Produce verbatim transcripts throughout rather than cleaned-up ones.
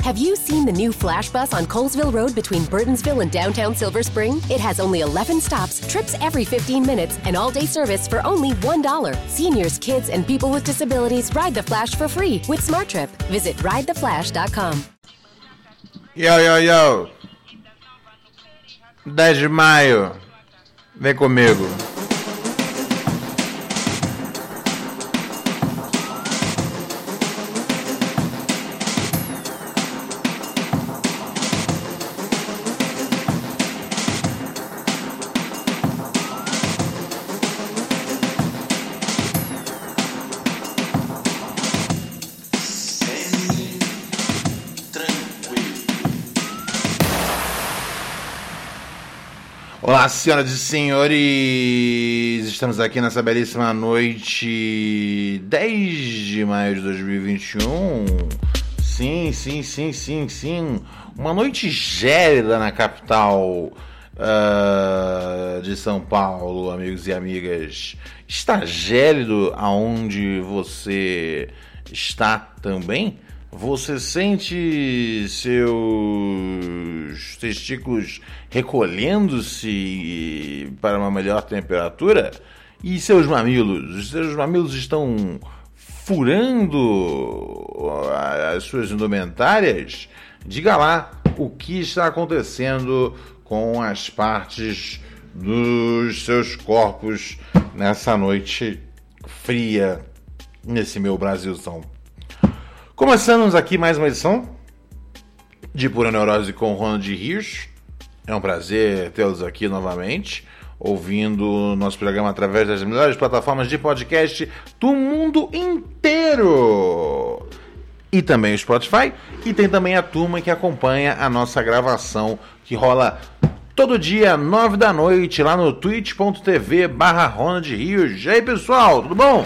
Have you seen the new Flash Bus on Colesville Road between Burtonsville and downtown Silver Spring? It has only eleven stops, trips every fifteen minutes, and all-day service for only one dollar. Seniors, kids, and people with disabilities ride the Flash for free with SmartTrip. Visit ride the flash dot com. Yo, yo, yo. dez de maio. Vem comigo. Olá, senhoras e senhores, estamos aqui nessa belíssima noite, dez de maio de dois mil e vinte e um, sim, sim, sim, sim, sim, uma noite gélida na capital uh, de São Paulo, amigos e amigas. Está gélido aonde você está também? Você sente seus testículos recolhendo-se para uma melhor temperatura? E seus mamilos? Seus mamilos estão furando as suas indumentárias? Diga lá o que está acontecendo com as partes dos seus corpos nessa noite fria, nesse meu Brasilzão. Começamos aqui mais uma edição de Pura Neurose com Ronald Hirsch. É um prazer tê-los aqui novamente, ouvindo o nosso programa através das melhores plataformas de podcast do mundo inteiro. E também o Spotify. E tem também a turma que acompanha a nossa gravação, que rola todo dia, nove da noite, lá no twitch ponto tv barra Ronald Hirsch. E aí, pessoal, tudo bom?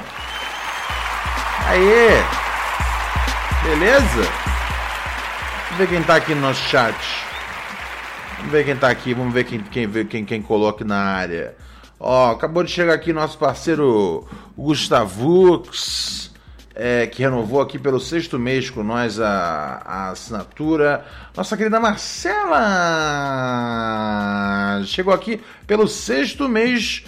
Aê! Beleza? Vamos ver quem tá aqui no nosso chat. Vamos ver quem tá aqui. Vamos ver quem, quem, quem, quem coloca na área. Ó, acabou de chegar aqui nosso parceiro Gustavux, é, que renovou aqui pelo sexto mês com nós a, a assinatura. Nossa querida Marcela chegou aqui pelo sexto mês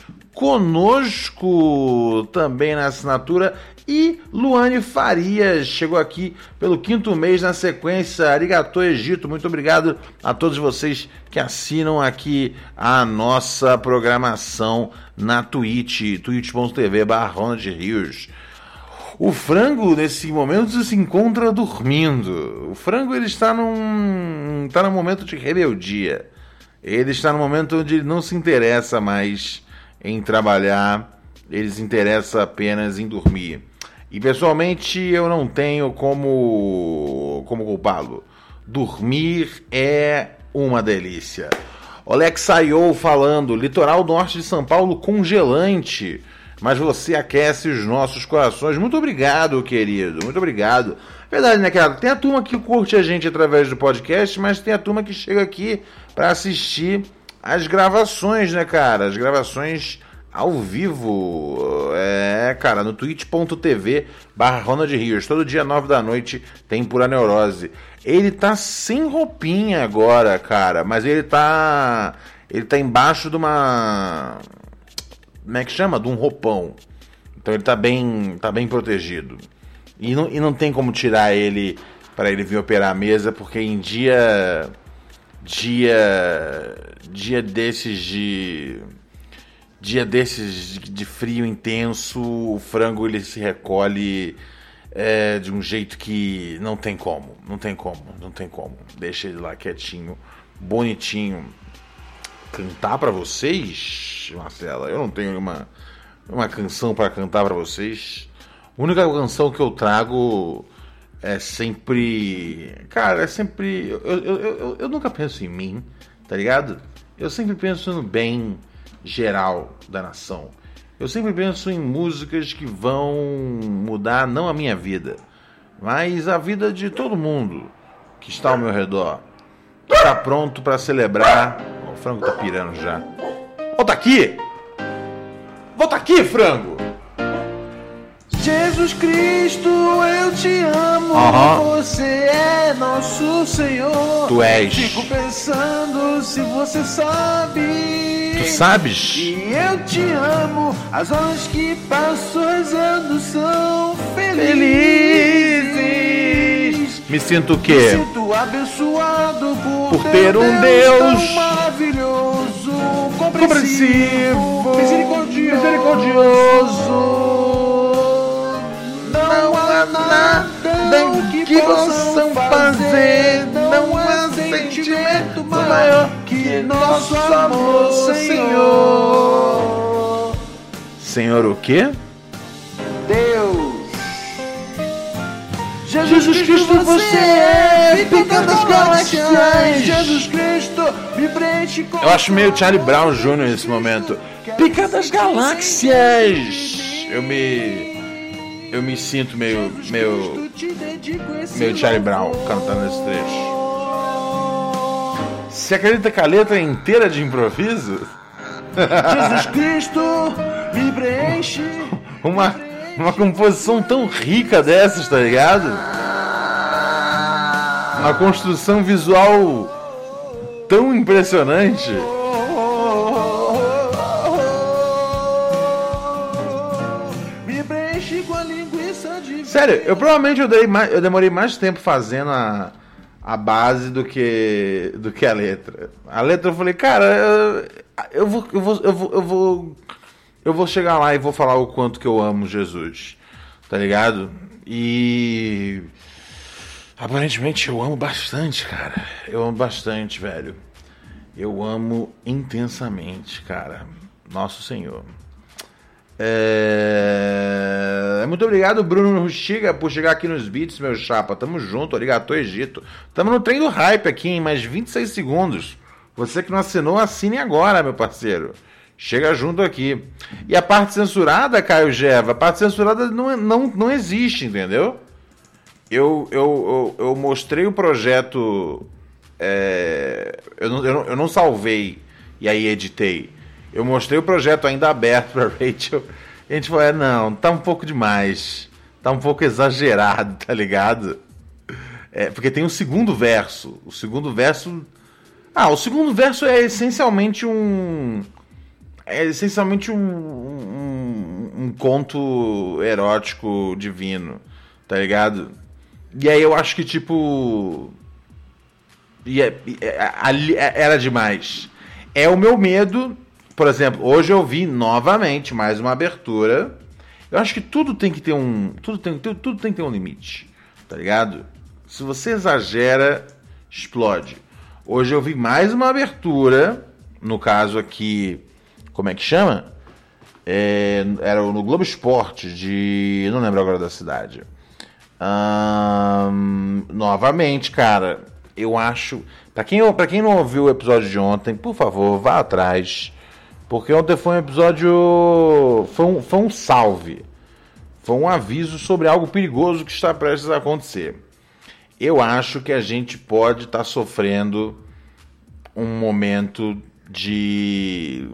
conosco também na assinatura. E Luane Farias chegou aqui pelo quinto mês na sequência. Arigatô Egito, muito obrigado a todos vocês que assinam aqui a nossa programação na Twitch, twitch ponto tv barra Ronald Hirsch. O Frango, nesse momento, se encontra dormindo. O Frango, ele está num, está num momento de rebeldia. Ele está num momento onde ele não se interessa mais em trabalhar, ele se interessa apenas em dormir. E pessoalmente eu não tenho como, como culpá-lo. Dormir é uma delícia. Alex Sayou falando, litoral norte de São Paulo congelante, mas você aquece os nossos corações. Muito obrigado, querido, muito obrigado. Verdade, né, cara? Tem a turma que curte a gente através do podcast, mas tem a turma que chega aqui para assistir as gravações, né, cara? As gravações ao vivo, é, cara, no twitch ponto tv barra Ronald Hirsch, todo dia nove da noite tem Pura Neurose. Ele tá sem roupinha agora, cara, mas ele tá ele tá embaixo de uma, como é que chama? De um roupão, então ele tá bem, tá bem protegido, e não, e não tem como tirar ele para ele vir operar a mesa, porque em dia dia dia desses de Dia desses de frio intenso, o frango ele se recolhe é, de um jeito que não tem como, não tem como, não tem como. Deixa ele lá quietinho, bonitinho. Cantar pra vocês, Marcela? Eu não tenho uma, uma canção pra cantar pra vocês. A única canção que eu trago é sempre... Cara, é sempre... Eu, eu, eu, eu nunca penso em mim, tá ligado? Eu sempre penso no bem geral da nação. Eu sempre penso em músicas que vão mudar não a minha vida, mas a vida de todo mundo que está ao meu redor, que está pronto para celebrar. O frango tá pirando já. Volta aqui! Volta aqui, frango! Jesus Cristo, eu te amo, Uhum. você é nosso Senhor. Tu és. Fico pensando se você sabe. Tu sabes? E eu te amo, as horas que passo, os anos são felizes. Felizes. Me sinto o Me quê? sinto abençoado por, Por ter um Deus, Deus tão maravilhoso, compreensivo, compreensivo, misericordioso. misericordioso. Não há nada que possam fazer, não há sentimento maior que nosso amor, Senhor. Senhor o quê? Deus. Jesus Cristo, você é pica das galáxias. Jesus Cristo, me preenche com. Eu acho meio Charlie Brown Júnior nesse momento. Pica das galáxias. Eu me... Eu me sinto meio... Meio... Meio Charlie Brown cantando esse trecho. Você acredita que a letra é inteira de improviso? Jesus Cristo, me preenche. Uma, uma composição tão rica dessas, tá ligado? Uma construção visual tão impressionante. Me preenche com a linguiça de. Sério, eu provavelmente eu, dei mais, eu demorei mais tempo fazendo a, a base do que, do que a letra. A letra eu falei, cara, eu, eu, vou, eu, vou, eu, vou, eu, vou, eu vou chegar lá e vou falar o quanto que eu amo Jesus, tá ligado? E aparentemente eu amo bastante, cara. Eu amo bastante, velho. Eu amo intensamente, cara. Nosso Senhor. É... Muito obrigado, Bruno Rustiga, por chegar aqui nos beats, meu chapa. Tamo junto, arigato Egito. Tamo no trem do hype aqui em mais vinte e seis segundos. Você que não assinou, assine agora, meu parceiro. Chega junto aqui. E a parte censurada, Caio Geva, a parte censurada não, não, não existe, entendeu? Eu, eu, eu, eu mostrei o projeto... É... Eu, não, eu, não, eu não salvei e aí editei. Eu mostrei o projeto ainda aberto pra Rachel. E a gente falou, é, não, tá um pouco demais. Tá um pouco exagerado, tá ligado? É, porque tem o segundo verso. O segundo verso... Ah, o segundo verso é essencialmente um... É essencialmente um, um, um conto erótico divino, tá ligado? E aí eu acho que, tipo... E é, é, ali era demais. É o meu medo... Por exemplo, hoje eu vi novamente mais uma abertura. Eu acho que tudo tem que ter um... Tudo tem, tudo tem que ter um limite, tá ligado? Se você exagera, explode. Hoje eu vi mais uma abertura, no caso aqui... Como é que chama? É, era no Globo Esporte de... Não lembro agora da cidade. Hum, novamente, cara, eu acho... Pra quem, pra quem não ouviu o episódio de ontem, por favor, vá atrás... Porque ontem foi um episódio... Foi um, foi um salve. Foi um aviso sobre algo perigoso que está prestes a acontecer. Eu acho que a gente pode estar tá sofrendo um momento de...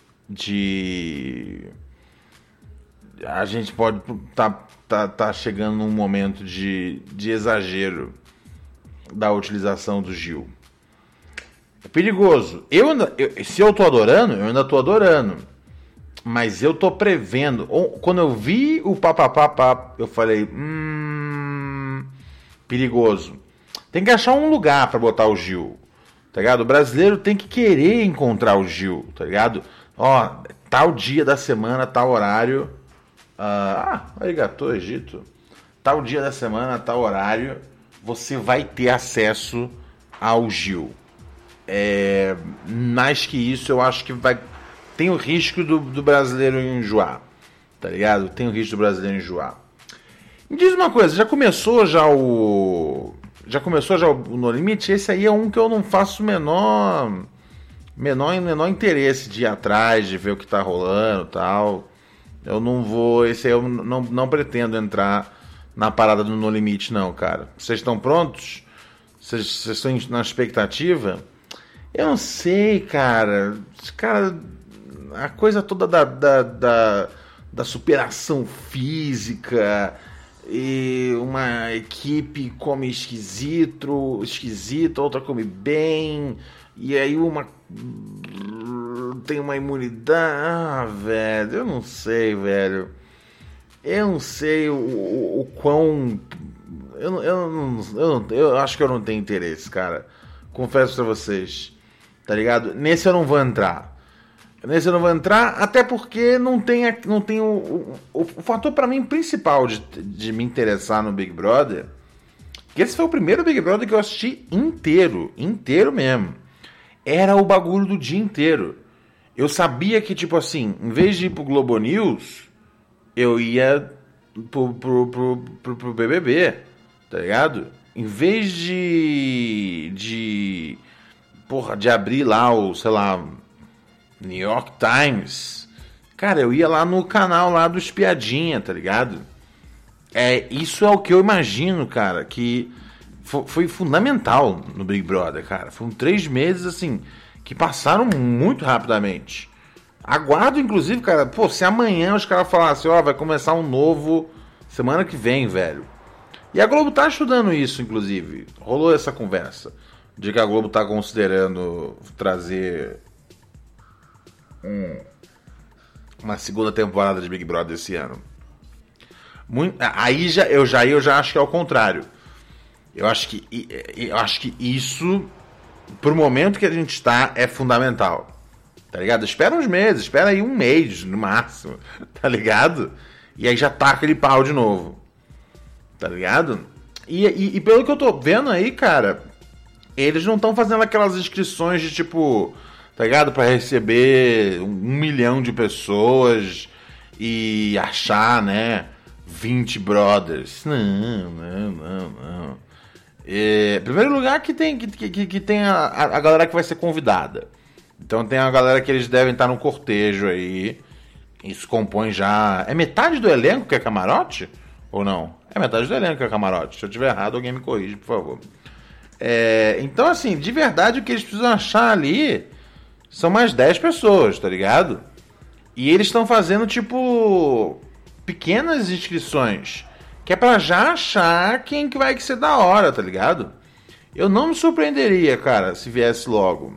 De... A gente pode estar tá, tá, tá chegando num momento de, de exagero da utilização do Gil. É perigoso. Eu, eu, se eu tô adorando, eu ainda tô adorando. Mas eu tô prevendo. Quando eu vi o papapá, eu falei, hum, perigoso. Tem que achar um lugar pra botar o Gil, tá ligado? O brasileiro tem que querer encontrar o Gil, tá ligado? Ó, tal dia da semana, tal horário. Ah, arigato, Egito. Tal dia da semana, tal horário, você vai ter acesso ao Gil. É, mais que isso, eu acho que vai... Tem o risco do, do brasileiro enjoar, tá ligado? Tem o risco do brasileiro enjoar. Me diz uma coisa, já começou já o... Já começou já o No Limite? Esse aí é um que eu não faço o menor... Menor, menor interesse de ir atrás, de ver o que tá rolando e tal. Eu não vou... Esse aí eu não, não pretendo entrar na parada do No Limite, não, cara. Vocês estão prontos? Vocês, vocês estão na expectativa? Eu não sei, cara. Cara, a coisa toda da, da, da, da superação física, e uma equipe come esquisito, esquisito, outra come bem, e aí uma tem uma imunidade. Ah, velho, eu não sei, velho. Eu não sei o, o, o quão... Eu, eu, não, eu, não, eu acho que eu não tenho interesse, cara. Confesso pra vocês. Tá ligado? Nesse eu não vou entrar. Nesse eu não vou entrar, até porque não tem, não tem o, o, o, o fator pra mim principal de, de me interessar no Big Brother. Que esse foi o primeiro Big Brother que eu assisti inteiro. Inteiro mesmo. Era o bagulho do dia inteiro. Eu sabia que, tipo assim, em vez de ir pro Globo News, eu ia pro, pro, pro, pro, pro B B B, tá ligado? Em vez de, de, porra, de abrir lá o, sei lá, New York Times, cara, eu ia lá no canal lá do Espiadinha, tá ligado? É, isso é o que eu imagino, cara, que foi, foi fundamental no Big Brother, cara. Foram três meses, assim, que passaram muito rapidamente. Aguardo, inclusive, cara, pô, se amanhã os caras falassem, ó, vai começar um novo semana que vem, velho. E a Globo tá estudando isso, inclusive. Rolou essa conversa de que a Globo tá considerando trazer um, uma segunda temporada de Big Brother esse ano. Muito, aí já, eu, já, eu já acho que é o contrário. Eu acho que, eu acho que isso, pro momento que a gente está, é fundamental. Tá ligado? Espera uns meses, espera aí um mês no máximo, tá ligado? E aí já taca aquele pau de novo, tá ligado? E, e, e pelo que eu tô vendo aí, cara, eles não estão fazendo aquelas inscrições de tipo, tá ligado? Pra receber um, um milhão de pessoas e achar, né, vinte brothers. Não, não, não, não. É, em primeiro lugar que tem, que, que, que tem a, a galera que vai ser convidada. Então tem a galera que eles devem estar no cortejo aí. Isso compõe já... É metade do elenco que é camarote? Ou não? É metade do elenco que é camarote. Se eu tiver errado, alguém me corrige, por favor. É, então, assim, de verdade, o que eles precisam achar ali são mais dez pessoas, tá ligado? E eles estão fazendo, tipo, pequenas inscrições. Que é pra já achar quem que vai ser da hora, tá ligado? Eu não me surpreenderia, cara, se viesse logo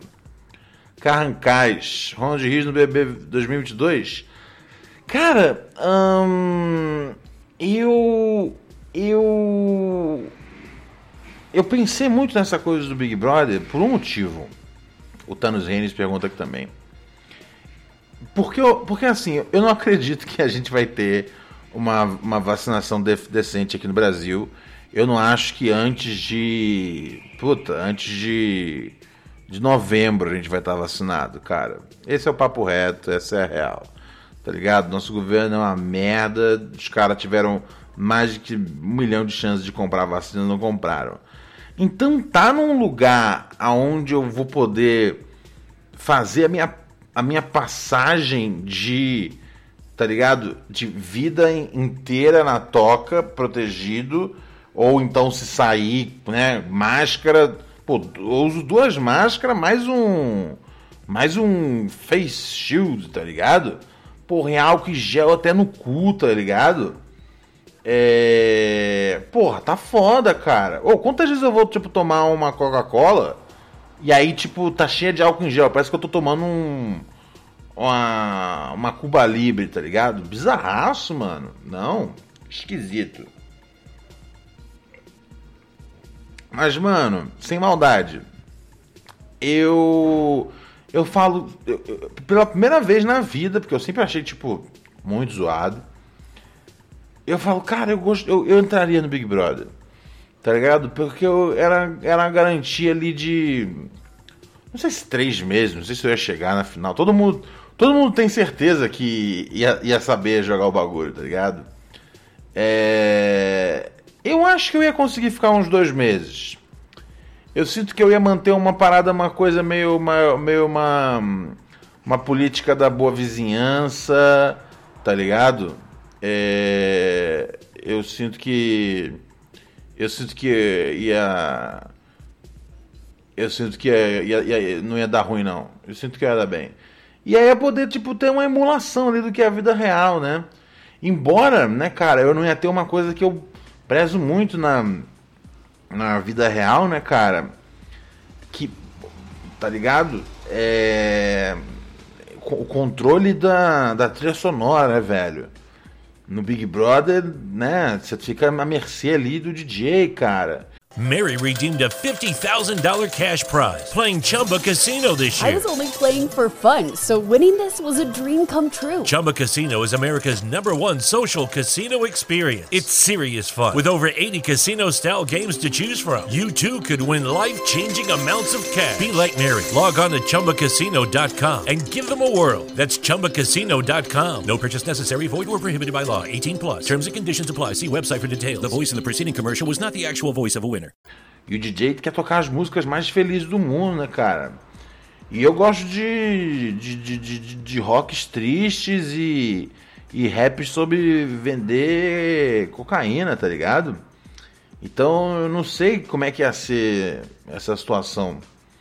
Carrancás, Ronald Rios no B B B dois mil e vinte e dois. Cara, hum, eu, eu, eu pensei muito nessa coisa do Big Brother por um motivo. O Thanos Renes pergunta aqui também. Porque, eu, porque assim, eu não acredito que a gente vai ter uma, uma vacinação de, decente aqui no Brasil. Eu não acho que antes de... Puta, antes de... de novembro a gente vai estar vacinado, cara. Esse é o papo reto, essa é a real. Tá ligado? Nosso governo é uma merda. Os caras tiveram mais de que um milhão de chances de comprar vacina e não compraram. Então tá num lugar aonde eu vou poder fazer a minha, a minha passagem de, tá ligado? De vida inteira na toca, protegido. Ou então se sair, né? Máscara... Pô, eu uso duas máscaras, mais um... Mais um face shield, tá ligado? Porra, em álcool e gel até no cu, tá ligado? É... Porra, tá foda, cara. Ô, quantas vezes eu vou, tipo, tomar uma Coca-Cola e aí, tipo, tá cheia de álcool em gel. Parece que eu tô tomando um... Uma... Uma Cuba Libre, tá ligado? Bizarraço, mano. Não, esquisito. Mas, mano, sem maldade, eu eu falo, eu, eu, pela primeira vez na vida, porque eu sempre achei, tipo, muito zoado, eu falo, cara, eu, gosto, eu, eu entraria no Big Brother, tá ligado? Porque eu, era, era uma garantia ali de, não sei se três meses, não sei se eu ia chegar na final, todo mundo, todo mundo tem certeza que ia, ia saber jogar o bagulho, tá ligado? É... Eu acho que eu ia conseguir ficar uns dois meses. Eu sinto que eu ia manter uma parada, uma coisa meio uma, meio uma, uma política da boa vizinhança, tá ligado? É, eu sinto que eu sinto que ia eu sinto que ia, ia, ia, não ia dar ruim, não. Eu sinto que ia dar bem. E aí ia poder, tipo, ter uma emulação ali do que é a vida real, né? Embora, né, cara, eu não ia ter uma coisa que eu prezo muito na, na vida real, né, cara? Que, tá ligado? É... O controle da, da trilha sonora, né, velho? No Big Brother, né, você fica à mercê ali do D J, cara. Mary redeemed a fifty thousand dollars cash prize playing Chumba Casino this year. I was only playing for fun, so winning this was a dream come true. Chumba Casino is America's number one social casino experience. It's serious fun. With over eighty casino-style games to choose from, you too could win life-changing amounts of cash. Be like Mary. Log on to Chumba Casino dot com and give them a whirl. That's Chumba Casino dot com. No purchase necessary. Void or prohibited by law. eighteen plus. Terms and conditions apply. See website for details. The voice in the preceding commercial was not the actual voice of a winner. E o D J quer tocar as músicas mais felizes do mundo, né, cara? E eu gosto de, de, de, de, de rocks tristes e, e raps sobre vender cocaína, tá ligado? Então eu não sei como é que ia ser essa situação.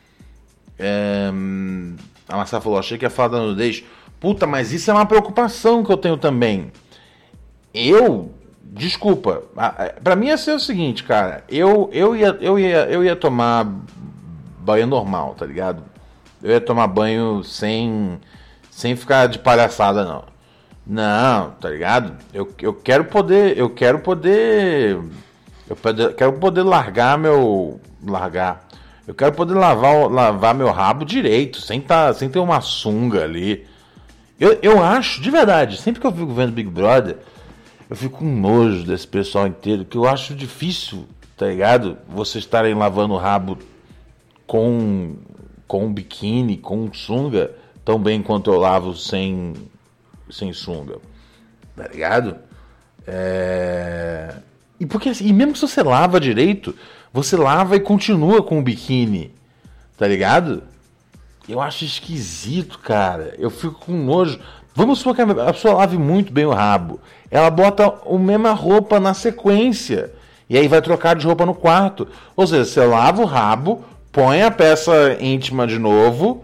É, a Marcela falou, achei que ia falar da nudez. Puta, mas isso é uma preocupação que eu tenho também. Eu... Desculpa, pra mim ia ser o seguinte, cara, eu, eu, ia, eu, ia, eu ia tomar banho normal, tá ligado? Eu ia tomar banho sem, sem ficar de palhaçada, não. Não, tá ligado? Eu, eu quero poder, eu quero poder, eu poder, quero poder largar meu, largar, eu quero poder lavar, lavar meu rabo direito, sem, tá, sem ter uma sunga ali. Eu, eu acho, de verdade, sempre que eu fico vendo Big Brother, eu fico com nojo desse pessoal inteiro, que eu acho difícil, tá ligado? Vocês estarem lavando o rabo com, com um biquíni, com um sunga, tão bem quanto eu lavo sem, sem sunga, tá ligado? É... E, porque, assim, e mesmo que você lava direito, você lava e continua com o biquíni, tá ligado? Eu acho esquisito, cara. Eu fico com nojo. Vamos supor que a pessoa lave muito bem o rabo. Ela bota a mesma roupa na sequência. E aí vai trocar de roupa no quarto. Ou seja, você lava o rabo, põe a peça íntima de novo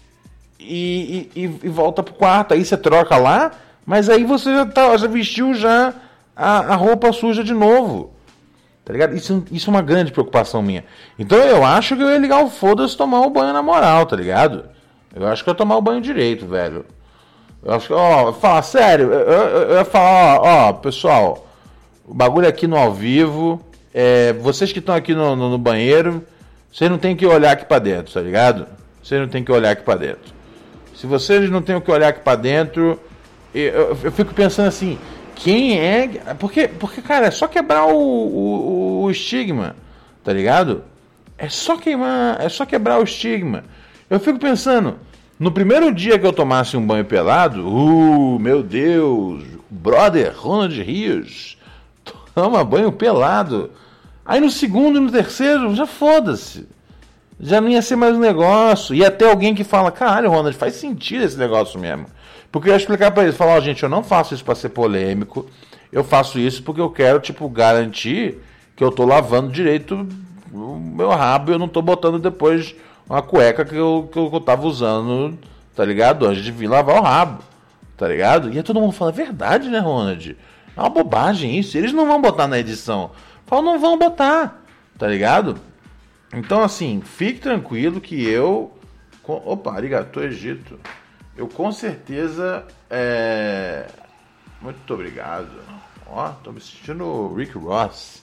e, e, e volta pro quarto. Aí você troca lá, mas aí você já, tá, já vestiu já a, a roupa suja de novo. Tá ligado? Isso, isso é uma grande preocupação minha. Então eu acho que eu ia ligar o foda-se e tomar o banho na moral, tá ligado? Eu acho que eu ia tomar o banho direito, velho. Eu acho que, ó, falar sério, eu, eu, eu ia falar, ó, ó, pessoal, o bagulho aqui no ao vivo, é, vocês que estão aqui no, no, no banheiro, vocês não tem que olhar aqui pra dentro, tá ligado? Vocês não tem que olhar aqui pra dentro. Se vocês não tem que olhar aqui pra dentro, eu, eu, eu fico pensando assim, quem é... Porque, porque cara, é só quebrar o, o, o estigma, tá ligado? É só queimar, é só quebrar o estigma. Eu fico pensando, no primeiro dia que eu tomasse um banho pelado, uh, meu Deus, brother, Ronald Rios, toma banho pelado. Aí no segundo e no terceiro, já foda-se. Já não ia ser mais um negócio. Ia ter alguém que fala, caralho, Ronald, faz sentido esse negócio mesmo. Porque eu ia explicar pra eles, falar, ó, oh, gente, eu não faço isso pra ser polêmico, eu faço isso porque eu quero, tipo, garantir que eu tô lavando direito o meu rabo e eu não tô botando depois uma cueca que eu, que eu, que eu tava usando, tá ligado? Antes de vir lavar o rabo, tá ligado? E aí todo mundo fala, verdade, né, Ronald? É uma bobagem isso, eles não vão botar na edição. Fala, não vão botar, tá ligado? Então, assim, fique tranquilo que eu... Opa, arigato, Egito. Eu com certeza... É... Muito obrigado. Ó, tô me sentindo Rick Ross.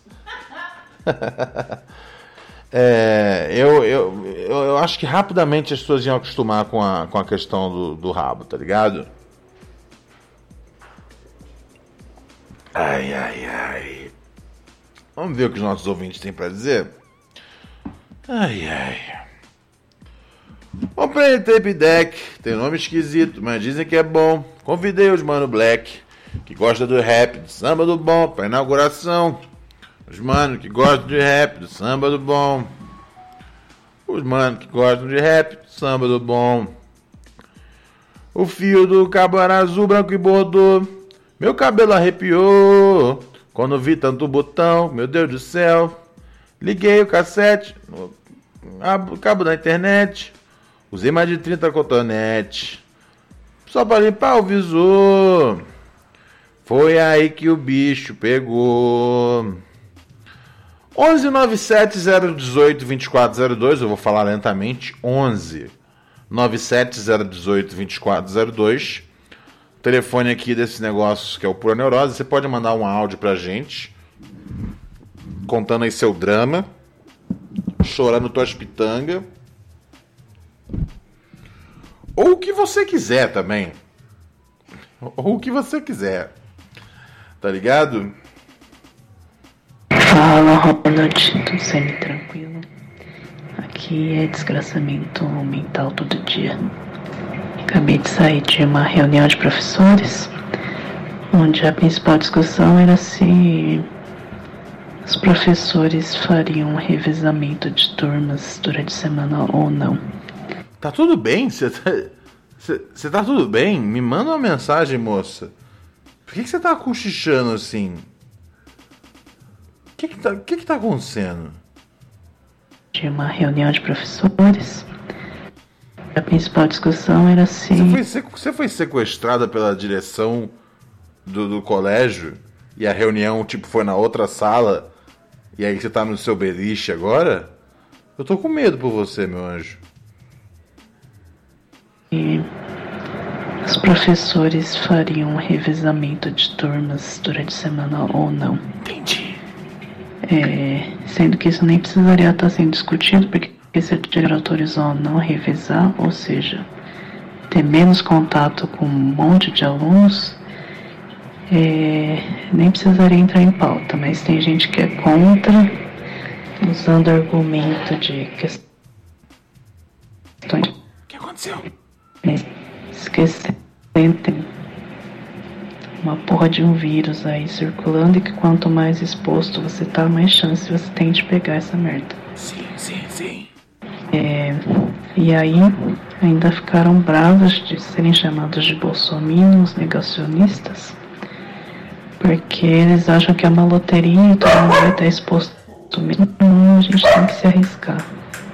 é, eu, eu, eu, eu acho que rapidamente as pessoas iam acostumar com a, com a questão do, do rabo, tá ligado? Ai, ai, ai. Vamos ver o que os nossos ouvintes têm pra dizer? Ai, ai. Comprei tape deck, tem nome esquisito, mas dizem que é bom. Convidei os mano Black, que gosta do rap, do samba do bom, pra inauguração. Os mano que gostam de rap, do samba do bom. Os mano que gostam de rap, do samba do bom. O fio do cabo era azul, branco e bordô. Meu cabelo arrepiou quando vi tanto botão, meu Deus do céu. Liguei o cassete no cabo da internet. Usei mais de trinta cotonetes só para limpar o visor. Foi aí que o bicho pegou. onze nove sete zero um oito dois quatro zero dois, eu vou falar lentamente. onze nove sete zero um oito dois quatro zero dois. Telefone aqui desse negócio que é o Pura Neurose. Você pode mandar um áudio pra gente contando aí seu drama, chorando tuas pitangas, ou o que você quiser também, ou o que você quiser, tá ligado? Fala, Ronald, tudo semi-tranquilo. Aqui é desgraçamento mental todo dia. Acabei de sair de uma reunião de professores, onde a principal discussão era se os professores fariam um revezamento de turmas durante a semana ou não. Tá tudo bem? Você tá, você tá tudo bem? Me manda uma mensagem, moça. Por que você tá cochichando assim? O que que tá, que que tá acontecendo? De uma reunião de professores, a principal discussão era se... Você foi, você foi sequestrada pela direção do, do colégio e a reunião tipo foi na outra sala e aí você tá no seu beliche agora? Eu tô com medo por você, meu anjo. E os professores fariam um revezamento de turmas durante a semana ou não. Entendi. É, sendo que isso nem precisaria estar sendo discutido, porque se a diretora autorizou a não revezar, ou seja, ter menos contato com um monte de alunos, é, nem precisaria entrar em pauta. Mas tem gente que é contra, usando argumento de questões. O que aconteceu? É, esquecendo uma porra de um vírus aí circulando, e que quanto mais exposto você tá, mais chance você tem de pegar essa merda. Sim, sim, sim. É, e aí ainda ficaram bravos de serem chamados de bolsominions negacionistas, porque eles acham que é uma loteria e todo mundo vai estar exposto mesmo. A gente tem que se arriscar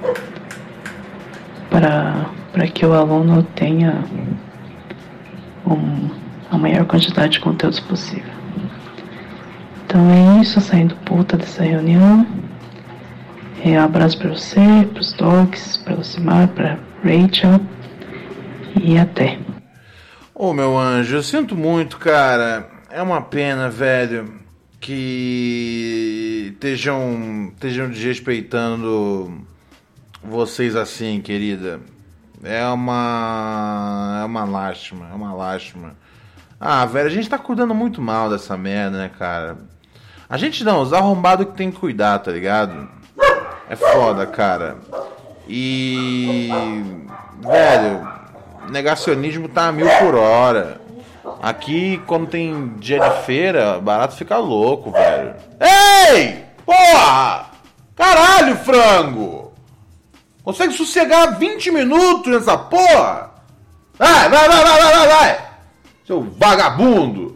para para que o aluno tenha um, a maior quantidade de conteúdos possível. Então é isso, saindo puta dessa reunião. É, um abraço pra você, pros dogs, pra Lucimar, pra Rachel. E até. Ô, meu anjo, eu sinto muito, cara. É uma pena, velho, que estejam, estejam desrespeitando vocês assim, querida. É uma... É uma lástima, é uma lástima. Ah, velho, a gente tá cuidando muito mal dessa merda, né, cara? A gente não, os arrombados que tem que cuidar, tá ligado? É foda, cara. E... Velho, negacionismo tá a mil por hora. Aqui, quando tem dia de feira, barato fica louco, velho. Ei! Porra! Caralho, frango! Consegue sossegar vinte minutos nessa porra? Vai, vai, vai, vai, vai, vai, vai! Seu vagabundo!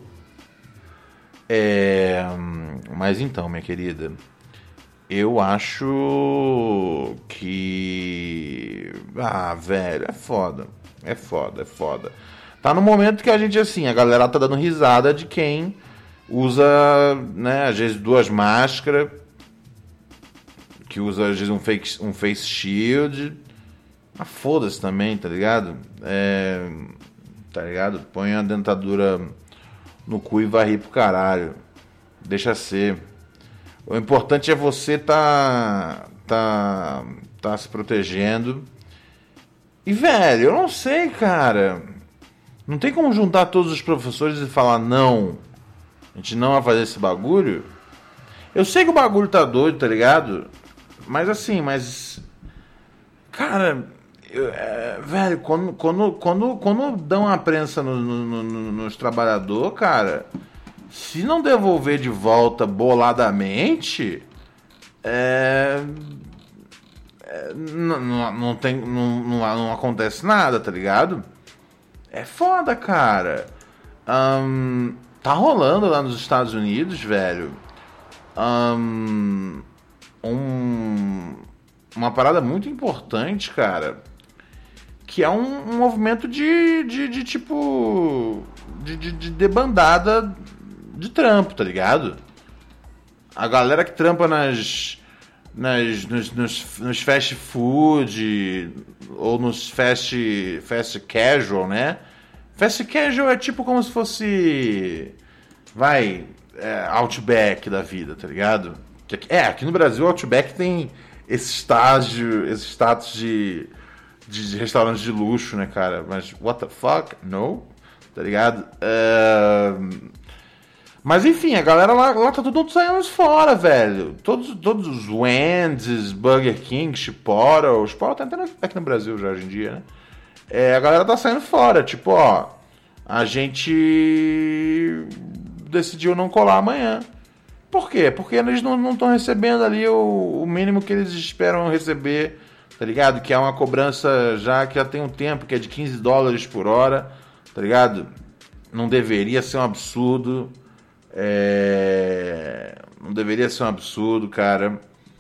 É... Mas então, minha querida, eu acho que... Ah, velho, é foda. É foda, é foda. Tá no momento que a gente, assim, a galera tá dando risada de quem usa, né, às vezes duas máscaras, que usa, às vezes, um, fake, um face shield. Mas foda-se também, tá ligado? É... Tá ligado? Põe a dentadura no cu e vai rir pro caralho. Deixa ser. O importante é você tá, tá, tá se protegendo. E, velho, eu não sei, cara. Não tem como juntar todos os professores e falar não. A gente não vai fazer esse bagulho. Eu sei que o bagulho tá doido, tá ligado? Mas assim, mas... Cara, eu, é, velho, quando, quando, quando, quando dão uma prensa no, no, no, nos trabalhadores, cara... Se não devolver de volta boladamente, é, é, não, não, não, tem, não, não, não acontece nada, tá ligado? É foda, cara. Um, tá rolando lá nos Estados Unidos, velho, um, um, uma parada muito importante, cara, que é um, um movimento de, de, de tipo, de, de, de debandada de trampo, tá ligado? A galera que trampa nas, nas nos, nos, nos fast food ou nos fast, fast casual, né? Fast casual é tipo como se fosse, vai, é, Outback da vida, tá ligado? É, aqui no Brasil o Outback tem esse estágio, esse status de, de, de restaurante de luxo, né, cara? Mas what the fuck? No? Tá ligado? Uh... Mas enfim, a galera lá, lá tá todo mundo saindo fora, velho. Todos, todos os Wendy's, Burger King, Chipotle. Chipotle tá até aqui no Brasil já hoje em dia, né? É, a galera tá saindo fora. Tipo, ó, a gente decidiu não colar amanhã. Por quê? Porque eles não estão recebendo ali o, o mínimo que eles esperam receber, tá ligado? Que é uma cobrança já que já tem um tempo, que é de quinze dólares por hora, tá ligado? Não deveria ser um absurdo. É... Não deveria ser um absurdo, cara.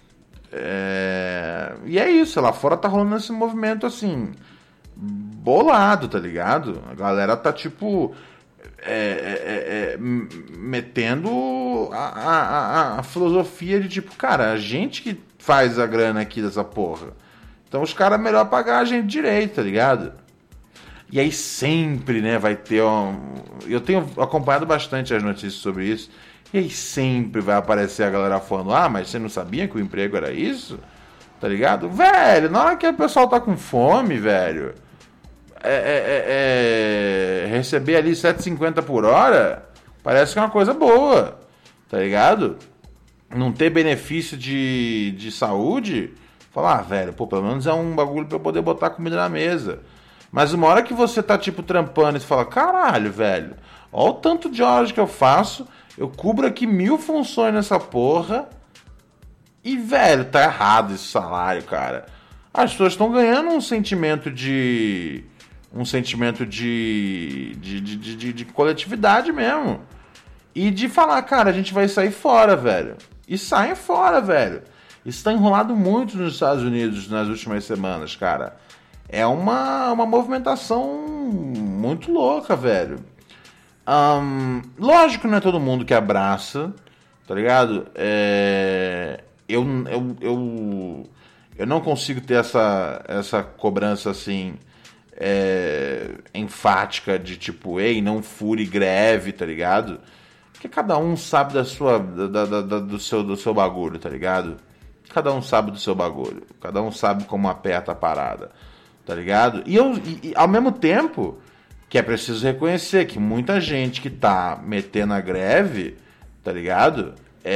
É... E é isso, lá fora tá rolando esse movimento assim, bolado, tá ligado? A galera tá tipo é, é, é, metendo a, a, a, a filosofia de tipo, cara, a gente que faz a grana aqui dessa porra. Então os caras é melhor pagar a gente direito, tá ligado? E aí sempre, né, vai ter um... Eu tenho acompanhado bastante as notícias sobre isso. E aí sempre vai aparecer a galera falando: ah, mas você não sabia que o emprego era isso? Tá ligado? Velho, na hora que o pessoal tá com fome, velho, é, é, é, é, receber ali sete reais e cinquenta centavos por hora parece que é uma coisa boa, tá ligado? Não ter benefício de, de saúde, falar, ah, velho, pô, pelo menos é um bagulho pra eu poder botar comida na mesa. Mas uma hora que você tá, tipo, trampando e você fala, caralho, velho, olha o tanto de horas que eu faço, eu cubro aqui mil funções nessa porra e, velho, tá errado esse salário, cara. As pessoas estão ganhando um sentimento de... um sentimento de de, de, de de coletividade mesmo. E de falar, cara, a gente vai sair fora, velho. E saem fora, velho. Isso tá enrolado muito nos Estados Unidos nas últimas semanas, cara. É uma, uma movimentação muito louca, velho. Um, lógico que não é todo mundo que abraça, tá ligado? É, eu, eu, eu, eu não consigo ter essa, essa cobrança assim, é, enfática de tipo, ei, não fure greve, tá ligado? Porque cada um sabe da sua, da, da, da, do, seu, do seu bagulho, tá ligado? Cada um sabe do seu bagulho. Cada um sabe como aperta a parada. Tá ligado? E, eu, e, e ao mesmo tempo que é preciso reconhecer que muita gente que tá metendo a greve, tá ligado?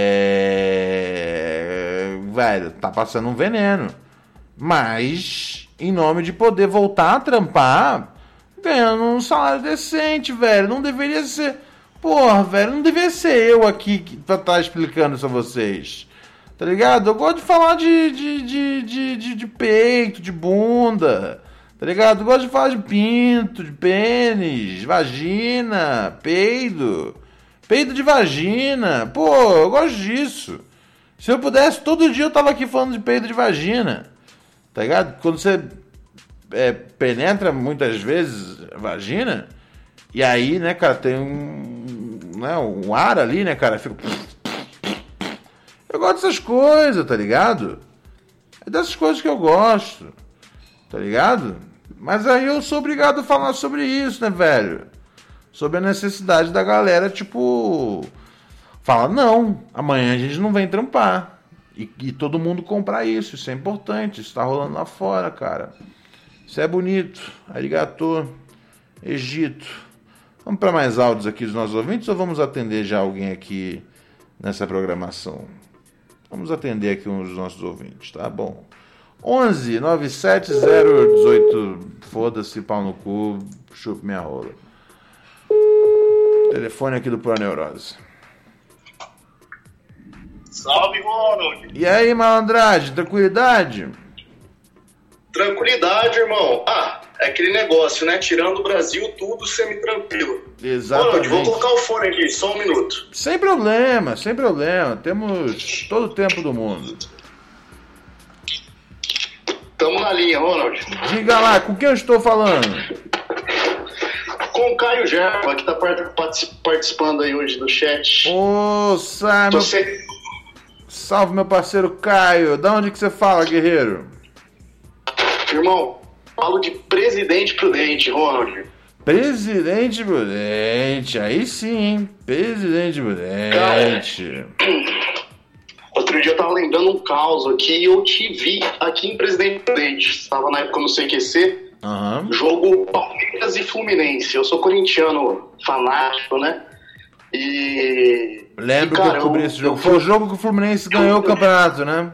É... Velho, tá passando um veneno. Mas, em nome de poder voltar a trampar, ganhando um salário decente, velho. Não deveria ser... Porra, velho, não deveria ser eu aqui pra estar explicando isso a vocês. Tá ligado? Eu gosto de falar de, de, de, de, de, de peito, de bunda. Tá ligado? Eu gosto de falar de pinto, de pênis, vagina, peido. Peido de vagina. Pô, eu gosto disso. Se eu pudesse, todo dia eu tava aqui falando de peido de vagina. Tá ligado? Quando você é, penetra muitas vezes a vagina, e aí, né, cara, tem um, né, um ar ali, né, cara, fica... Eu gosto dessas coisas, tá ligado? É dessas coisas que eu gosto, tá ligado? Mas aí eu sou obrigado a falar sobre isso, né, velho? Sobre a necessidade da galera, tipo... Fala, não, amanhã a gente não vem trampar. E, e todo mundo comprar isso, isso é importante, isso tá rolando lá fora, cara. Isso é bonito, arigato, Egito. Vamos para mais áudios aqui dos nossos ouvintes ou vamos atender já alguém aqui nessa programação? Vamos atender aqui um dos nossos ouvintes, tá bom? onze nove sete zero um oito, foda-se, pau no cu, chupa minha rola. Telefone aqui do Proneurose. Salve, Ronald! E aí, malandragem, tranquilidade? Tranquilidade, irmão. Ah, é aquele negócio, né? Tirando o Brasil, tudo semi-tranquilo. Exatamente. Ronald, vou colocar o fone aqui, só um minuto. Sem problema, sem problema. Temos todo o tempo do mundo. Tamo na linha, Ronald. Diga lá, com quem eu estou falando? Com Caio Gerva, que tá participando aí hoje do chat. Ô, Simon. Você... Salve, meu parceiro Caio. Da onde que você fala, guerreiro? Irmão, falo de Presidente Prudente, Ronald. Presidente Prudente, aí sim, hein? Presidente Prudente. Cara, outro dia eu tava lembrando um caos aqui e eu te vi aqui em Presidente Prudente. Estava na época no C Q C, uhum. Jogo Palmeiras e Fluminense. Eu sou corintiano fanático, né? E... Lembro e, cara, que eu cobri esse jogo. Eu... Foi o jogo que o Fluminense ganhou o campeonato, né?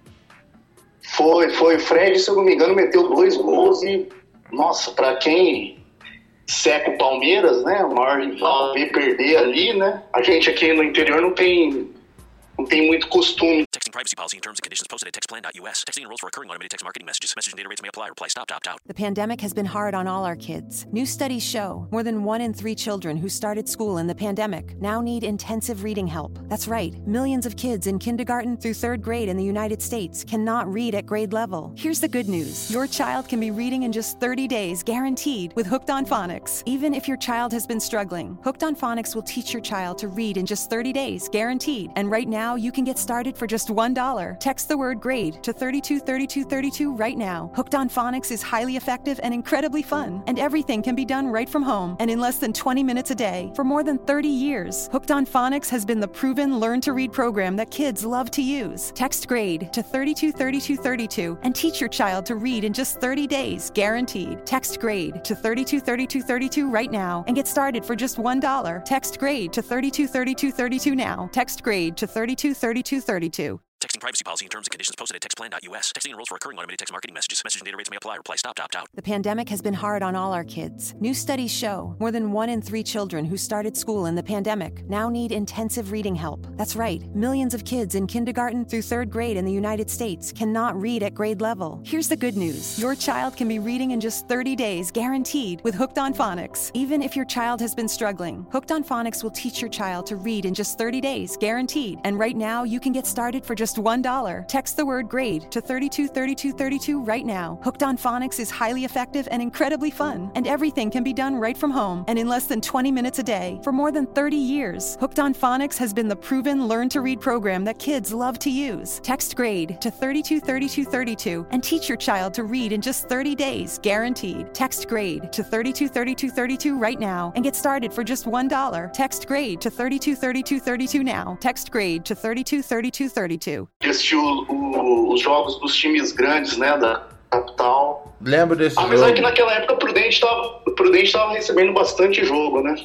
Foi, foi. O Fred, se eu não me engano, meteu dois gols e... Nossa, pra quem seca o Palmeiras, né? O maior rival, ver perder ali, né? A gente aqui no interior não tem... Não tem muito costume. Texting privacy policy and terms and conditions posted at text plan dot U S. Texting enrolls for recurring automated text marketing messages. Message and data rates may apply. Reply stop to opt out. The pandemic has been hard on all our kids. New studies show more than one in three children who started school in the pandemic now need intensive reading help. That's right. Millions of kids in kindergarten through third grade in the United States cannot read at grade level. Here's the good news. Your child can be reading in just thirty days, guaranteed, with Hooked on Phonics. Even if your child has been struggling, Hooked on Phonics will teach your child to read in just thirty days, guaranteed. And right now, you can get started for just one dollar. Text the word GRADE to thirty-two thirty-two thirty-two right now. Hooked on Phonics is highly effective and incredibly fun, and everything can be done right from home and in less than twenty minutes a day. For more than thirty years, Hooked on Phonics has been the proven learn-to-read program that kids love to use. Text GRADE to thirty-two thirty-two thirty-two and teach your child to read in just thirty days, guaranteed. Text GRADE to thirty-two thirty-two thirty-two right now and get started for just one dollar. Text GRADE to thirty-two thirty-two thirty-two now. Text GRADE to thirty-two thirty-two thirty-two. Texting privacy policy and terms and conditions posted at text plan dot U S. Texting enrolls for recurring automated text marketing messages. Message and data rates may apply. Reply stop to opt out. The pandemic has been hard on all our kids. New studies show more than one in three children who started school in the pandemic now need intensive reading help. That's right. Millions of kids in kindergarten through third grade in the United States cannot read at grade level. Here's the good news. Your child can be reading in just thirty days, guaranteed, with Hooked on Phonics. Even if your child has been struggling, Hooked on Phonics will teach your child to read in just thirty days, guaranteed. And right now, you can get started for just one dollar. Text the word GRADE to thirty-two thirty-two thirty-two right now. Hooked on Phonics is highly effective and incredibly fun, and everything can be done right from home and in less than twenty minutes a day. For more than thirty years, Hooked on Phonics has been the proven learn-to-read program that kids love to use. Text GRADE to thirty-two thirty-two thirty-two and teach your child to read in just thirty days, guaranteed. Text GRADE to thirty-two thirty-two thirty-two right now and get started for just one dollar. Text GRADE to thirty-two thirty-two thirty-two now. Text GRADE to thirty-two thirty-two thirty-two. Assistiu o, os jogos dos times grandes, né, da capital. Lembro desse Apesar jogo. Apesar que naquela época o Prudente estava Prudente tava recebendo bastante jogo, né?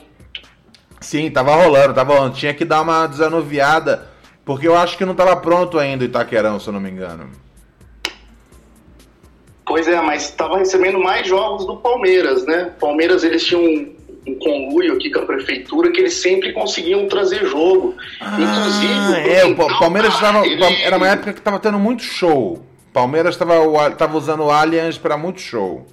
Sim, tava rolando, tava rolando. Tinha que dar uma desanuviada, porque eu acho que não tava pronto ainda o Itaquerão, se eu não me engano. Pois é, mas tava recebendo mais jogos do Palmeiras, né? Palmeiras, eles tinham um, um conluio aqui com a prefeitura que eles sempre conseguiam trazer jogo. Ah, Inclusive... é, o Palmeiras tava, ele... era uma época que tava tendo muito show. Palmeiras tava, tava usando o Allianz para muito show.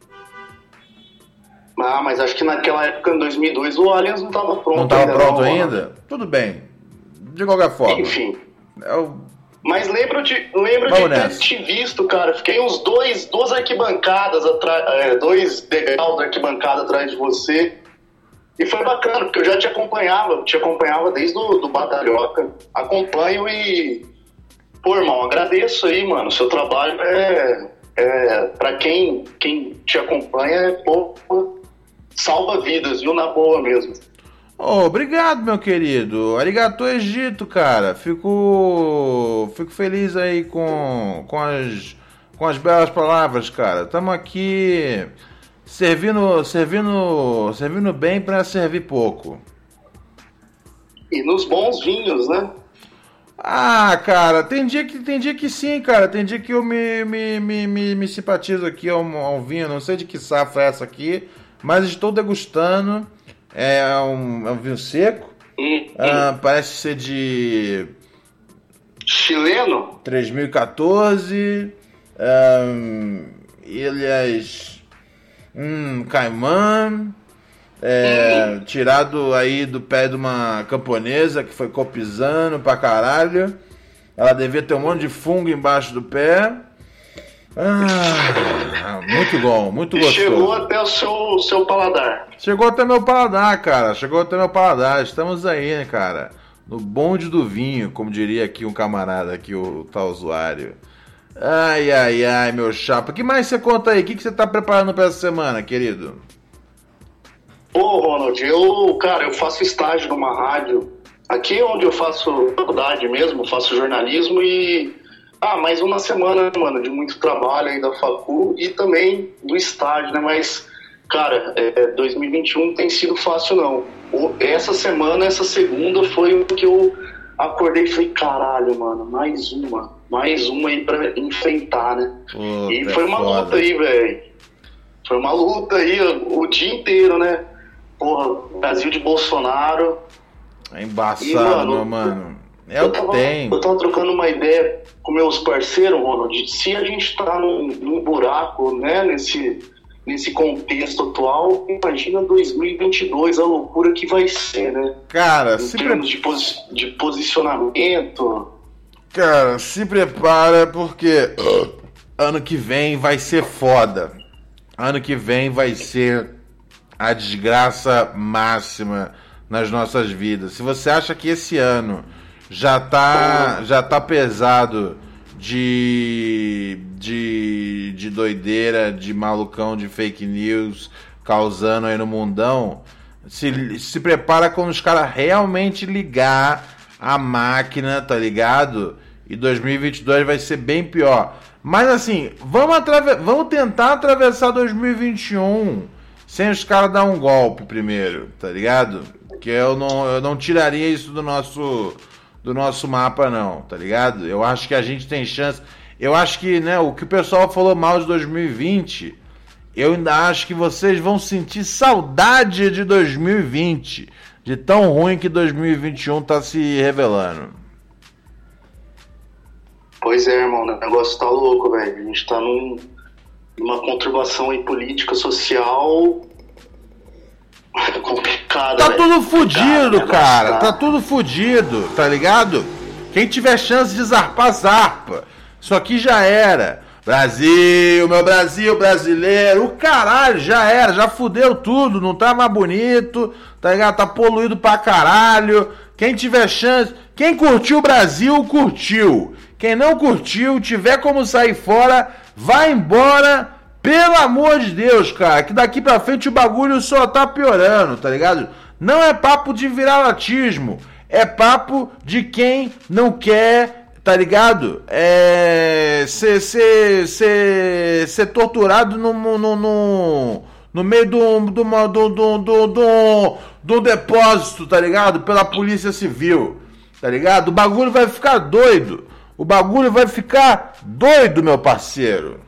Ah, mas acho que naquela época, em dois mil e dois, o Allianz não estava pronto. Não estava ainda, pronto não, ainda? Tudo bem. De qualquer forma. Enfim. Eu... Mas lembro de, lembro de ter te visto, cara. Fiquei uns dois, duas arquibancadas atrás, é, dois degraus da arquibancada atrás de você. E foi bacana, porque eu já te acompanhava, te acompanhava desde o do Batalhoca. Acompanho e... Pô, irmão, agradeço aí, mano. O seu trabalho é... é pra quem, quem te acompanha, é, pô, salva vidas, viu? Na boa mesmo. Oh, obrigado, meu querido. Arigato Egito, cara. Fico, fico feliz aí com, com, as, com as belas palavras, cara. Estamos aqui servindo, servindo, servindo bem para servir pouco. E nos bons vinhos, né? Ah, cara, tem dia que, tem dia que sim, cara. Tem dia que eu me, me, me, me, me simpatizo aqui ao, ao vinho. Não sei de que safra é essa aqui, mas estou degustando. É um, é um vinho seco. Hum, ah, hum. Parece ser de... chileno? três mil e catorze. Um, Ilhas... Hum, Caimã. É, hum. Tirado aí do pé de uma camponesa que foi copizando pra caralho. Ela devia ter um monte de fungo embaixo do pé. Ah... Ah, muito bom, muito gostoso. Chegou até o seu, seu paladar. Chegou até meu paladar, cara. Chegou até meu paladar. Estamos aí, né, cara? No bonde do vinho, como diria aqui um camarada aqui, o tal usuário. Ai, ai, ai, meu chapa. O que mais você conta aí? O que, que você tá preparando pra essa semana, querido? Pô, Ronald, eu, cara, eu faço estágio numa rádio. Aqui onde eu faço faculdade mesmo, faço jornalismo e... Ah, mais uma semana, mano, de muito trabalho aí da facu e também do estágio, né? Mas, cara, é, dois mil e vinte e um não tem sido fácil, não. Essa semana, essa segunda, foi o que eu acordei e falei, caralho, mano, mais uma. Mais uma aí pra enfrentar, né? Puta, e foi uma foda. luta aí, velho. Foi uma luta aí o, o dia inteiro, né? Porra, Brasil de Bolsonaro. É embaçado, e, mano, meu mano. É o que tem. Eu tava trocando uma ideia com meus parceiros, Ronald, se a gente tá num, num buraco, né, nesse, nesse contexto atual, imagina dois mil e vinte e dois, a loucura que vai ser, né? Cara, em se termos pre... de, posi... de posicionamento. Cara, se prepara porque uh, ano que vem vai ser foda. Ano que vem vai ser a desgraça máxima nas nossas vidas. Se você acha que esse ano já tá, já tá pesado de, de, de doideira, de malucão, de fake news causando aí no mundão, se, se prepara quando os caras realmente ligar a máquina, tá ligado? E dois mil e vinte e dois vai ser bem pior. Mas assim, vamos, atrave- vamos tentar atravessar dois mil e vinte e um sem os caras dar um golpe primeiro, tá ligado? Que eu não, eu não tiraria isso do nosso, do nosso mapa, não, tá ligado? Eu acho que a gente tem chance. Eu acho que, né, o que o pessoal falou mal de dois mil e vinte, eu ainda acho que vocês vão sentir saudade de dois mil e vinte, de tão ruim que dois mil e vinte e um tá se revelando. Pois é, irmão, o negócio tá louco, velho. A gente tá num, numa conturbação aí política, social... complicado, tá véio. tudo fudido, cara, cara. tá... tá tudo fudido, tá ligado? Quem tiver chance de zarpar, zarpa. Isso aqui já era. Brasil, meu Brasil brasileiro. O caralho, já era. Já fudeu tudo. Não tá mais bonito, tá ligado? Tá poluído pra caralho. Quem tiver chance... Quem curtiu o Brasil, curtiu. Quem não curtiu, tiver como sair fora, vai embora... Pelo amor de Deus, cara, que daqui pra frente o bagulho só tá piorando, tá ligado? Não é papo de viralatismo, é papo de quem não quer, tá ligado? É... Ser, ser, ser, ser torturado no, no, no, no meio do, do, do, do, do, do, do depósito, tá ligado? Pela polícia civil, tá ligado? O bagulho vai ficar doido, o bagulho vai ficar doido, meu parceiro.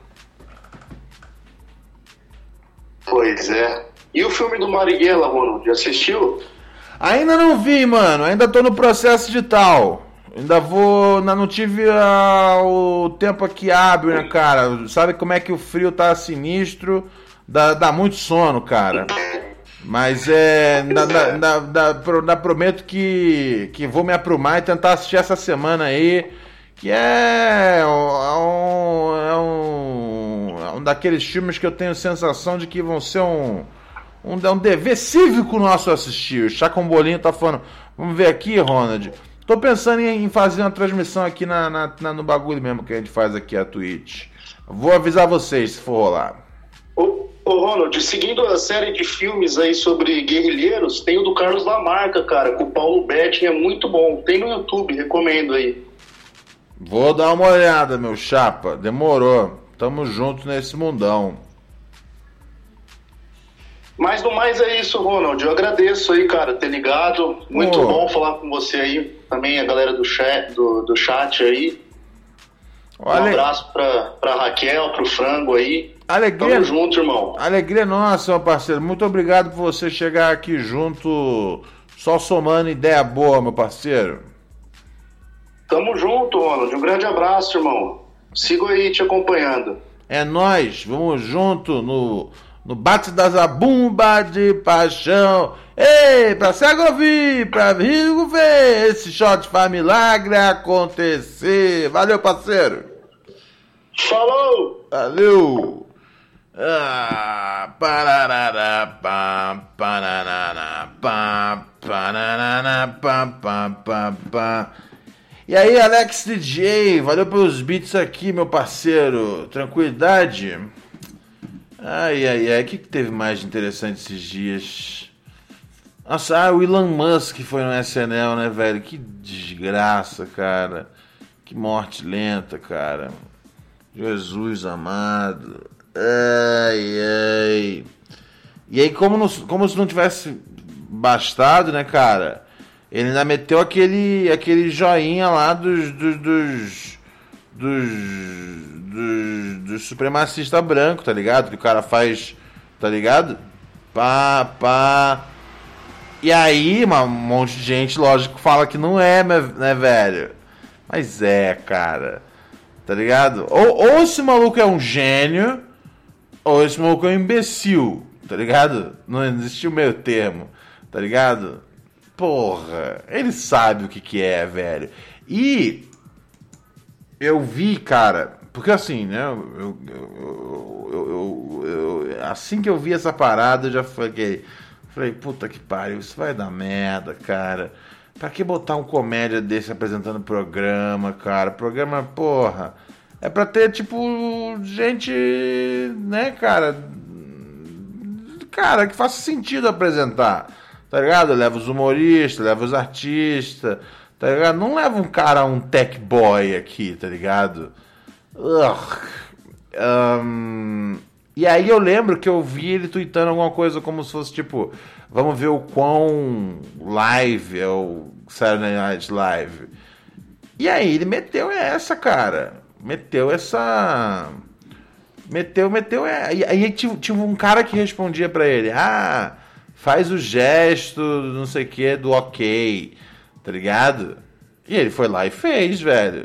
Pois é. E o filme do Marighella, Ronald, já assistiu? Ainda não vi, mano. Ainda tô no processo de tal. Ainda vou... Ainda não tive uh, o tempo aqui hábil, né, cara? Sabe como é que o frio tá sinistro? Dá, dá muito sono, cara. Mas é... Dá, dá, dá, dá, dá, prometo que, que vou me aprumar e tentar assistir essa semana aí. Que é... É um... É um um daqueles filmes que eu tenho sensação de que vão ser um, um, um dever cívico nosso assistir. O Chacon Bolinho tá falando, vamos ver aqui, Ronald. Tô pensando em fazer uma transmissão aqui na, na, na, no bagulho mesmo que a gente faz aqui, a Twitch. Vou avisar vocês se for rolar. Ô, ô Ronald, seguindo a série de filmes aí sobre guerrilheiros, tem o do Carlos Lamarca, cara, com o Paulo Betti, é muito bom. Tem no YouTube, recomendo aí. Vou dar uma olhada, meu chapa. Demorou. Tamo junto nesse mundão. Mas no mais é isso, Ronald. Eu agradeço aí, cara, ter ligado. Muito oh. bom falar com você aí. Também a galera do chat, do, do chat aí. Olha... Um abraço pra, pra Raquel, pro Frango aí. Alegria... Tamo junto, irmão. Alegria nossa, meu parceiro. Muito obrigado por você chegar aqui junto, só somando ideia boa, meu parceiro. Tamo junto, Ronald. Um grande abraço, irmão. Sigo aí te acompanhando. É nóis, vamos junto no, no bate da zabumba de paixão. Ei, pra cego ouvir, pra rico ver, esse shot faz milagre acontecer. Valeu, parceiro. Falou! Valeu! Ah, parará, pá, parará, pá, parará, pá, pá, pá, pá. E aí, Alex D J, valeu pelos beats aqui, meu parceiro. Tranquilidade? Ai, ai, ai, o que, que teve mais de interessante esses dias? Nossa, ah, o Elon Musk foi no S N L, né, velho? Que desgraça, cara. Que morte lenta, cara. Jesus amado. Ai, ai. E aí, como, não, como se não tivesse bastado, né, cara? Ele ainda meteu aquele, aquele joinha lá dos dos, dos, dos, dos, dos supremacistas brancos, tá ligado? Que o cara faz, tá ligado? Pá, pá. E aí, um monte de gente, lógico, fala que não é, né, velho? Mas é, cara. Tá ligado? Ou, ou esse maluco é um gênio, ou esse maluco é um imbecil, tá ligado? Não existe o meio termo, tá ligado? Porra, ele sabe o que que é, velho. E eu vi, cara, porque assim, né, eu, eu, eu, eu, eu, assim que eu vi essa parada, eu já falei, falei, puta que pariu, isso vai dar merda, cara. Pra que botar um comédia desse apresentando programa, cara? Programa, porra, é pra ter, tipo, gente, né, cara, cara, que faça sentido apresentar. Tá ligado? Leva os humoristas, leva os artistas, tá ligado? Não leva um cara, um tech boy aqui, tá ligado? Um, e aí eu lembro que eu vi ele tweetando alguma coisa como se fosse tipo, vamos ver o quão live é o Saturday Night Live. E aí ele meteu essa, cara. Meteu essa... Meteu, meteu... E aí tive, tive um cara que respondia pra ele, ah... faz o gesto, não sei o que, do ok, tá ligado? E ele foi lá e fez, velho.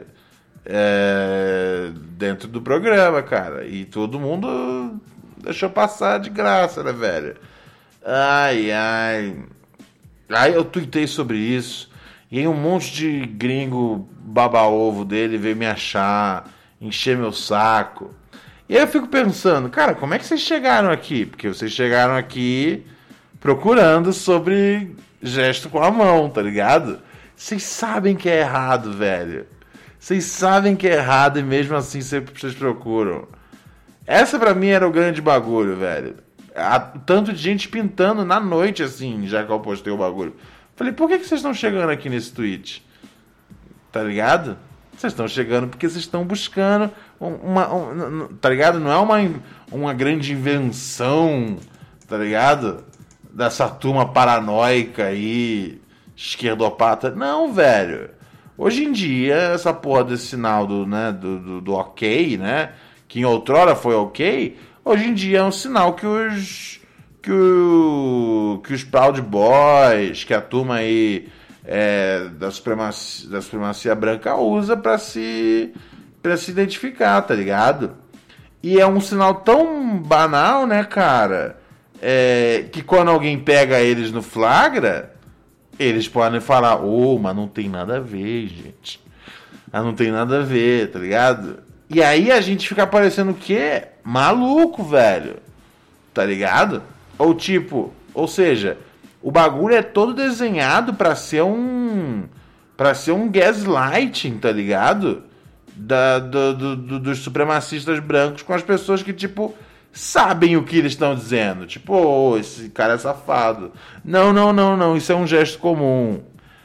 É, dentro do programa, cara. E todo mundo deixou passar de graça, né, velho? Ai, ai. Aí eu tuitei sobre isso. E aí um monte de gringo baba-ovo dele veio me achar, encher meu saco. E aí eu fico pensando, cara, como é que vocês chegaram aqui? Porque vocês chegaram aqui... procurando sobre gesto com a mão, tá ligado? Vocês sabem que é errado, velho. Vocês sabem que é errado e mesmo assim vocês procuram. Essa pra mim era o grande bagulho, velho. Há tanto de gente pintando na noite, assim, já que eu postei o bagulho. Falei, por que, que vocês estão chegando aqui nesse tweet? Tá ligado? Vocês estão chegando porque vocês estão buscando uma... uma tá ligado? Não é uma, uma grande invenção, tá ligado? Dessa turma paranoica aí, esquerdopata. Não, velho. Hoje em dia, essa porra desse sinal do, né, do, do, do ok, né? Que em outrora foi ok, hoje em dia é um sinal que os que, o, que os Proud Boys, que a turma aí é, da, supremacia, da supremacia branca usa pra se, pra se identificar, tá ligado? E é um sinal tão banal, né, cara? É, que quando alguém pega eles no flagra, eles podem falar, ô, oh, mas não tem nada a ver, gente. Ah, não tem nada a ver, tá ligado? E aí a gente fica parecendo o quê? Maluco, velho. Tá ligado? Ou tipo, ou seja, o bagulho é todo desenhado pra ser um... pra ser um gaslighting, tá ligado? Da, do, do, do, dos supremacistas brancos com as pessoas que, tipo... sabem o que eles estão dizendo. Tipo, oh, esse cara é safado. Não, não, não, não. Isso é um gesto comum.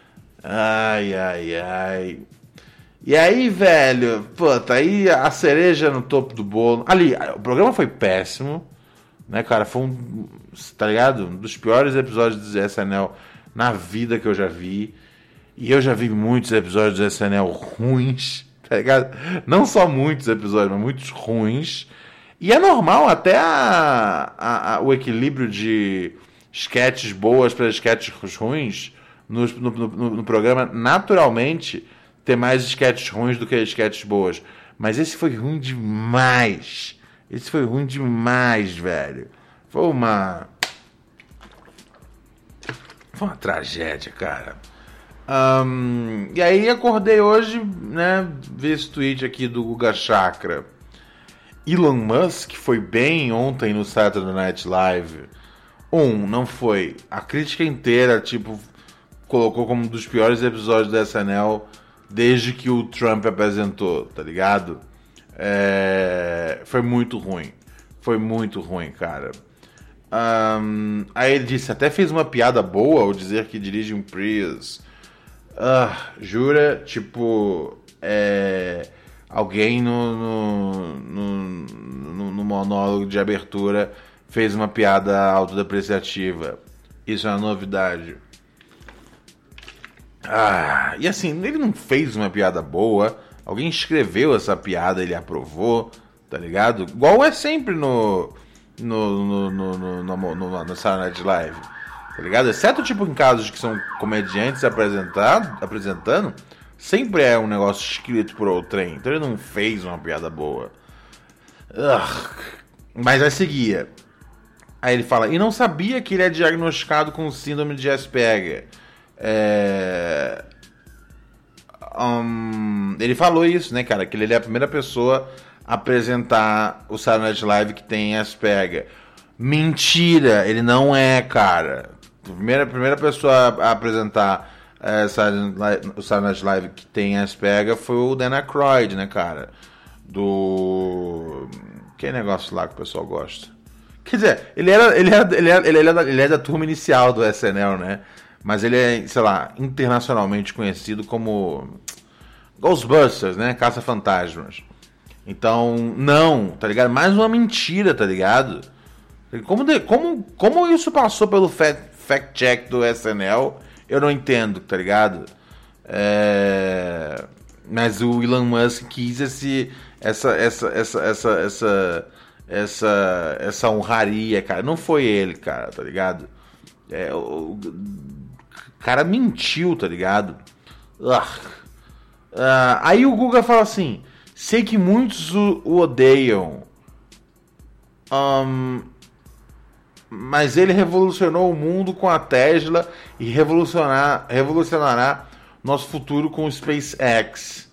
Ai, ai, ai. E aí, velho, puta, aí a cereja no topo do bolo. Ali, o programa foi péssimo, né, cara? Foi um, tá ligado? Um dos piores episódios do S N L na vida que eu já vi. E eu já vi muitos episódios do S N L ruins, tá ligado? Não só muitos episódios, mas muitos ruins. E é normal até a, a, a, o equilíbrio de sketches boas para sketches ruins no, no, no, no programa, naturalmente, ter mais sketches ruins do que sketches boas. Mas esse foi ruim demais. Esse foi ruim demais, velho. Foi uma... Foi uma tragédia, cara. Um, e aí acordei hoje, né, vi esse tweet aqui do Guga Chakra. Elon Musk foi bem ontem no Saturday Night Live. Um, não foi. A crítica inteira, tipo, colocou como um dos piores episódios da S N L desde que o Trump apresentou, tá ligado? É... Foi muito ruim. Foi muito ruim, cara. Um, aí ele disse, até fez uma piada boa ao dizer que dirige um Prius. Uh, jura? Tipo, é... alguém no, no, no, no, no monólogo de abertura fez uma piada autodepreciativa. Isso é uma novidade. Ah, e assim, ele não fez uma piada boa. Alguém escreveu essa piada, ele aprovou, tá ligado? Igual é sempre no no no no no, no, no, no Saturday Night Live, tá ligado? Exceto tipo em casos que são comediantes apresentado, apresentando, sempre é um negócio escrito por outrem. Então ele não fez uma piada boa. Ugh. Mas aí seguia. Aí ele fala, e não sabia que ele é diagnosticado com síndrome de Asperger. É... Um, ele falou isso, né, cara? Que ele é a primeira pessoa a apresentar o Saturday Night Live que tem Asperger. Mentira, ele não é, cara. A primeira, a primeira pessoa a apresentar é, o Saturday Night Live que tem Asperger foi o Dan Aykroyd, né, cara? Do... Que negócio lá que o pessoal gosta. Quer dizer, ele era, ele era, ele era, ele era, ele é da turma inicial do S N L, né? Mas ele é, sei lá, internacionalmente conhecido como Ghostbusters, né? Caça-fantasmas. Então, não, tá ligado? Mais uma mentira, tá ligado? Como, de, como, como isso passou pelo fact-check do S N L, eu não entendo, tá ligado? É... Mas o Elon Musk quis esse, essa, essa, essa, essa, essa, essa, essa honraria, cara. Não foi ele, cara, tá ligado? É, o... O cara mentiu, tá ligado? Uh, aí o Guga fala assim, sei que muitos o, o odeiam, um, mas ele revolucionou o mundo com a Tesla e revolucionar, revolucionará nosso futuro com o SpaceX.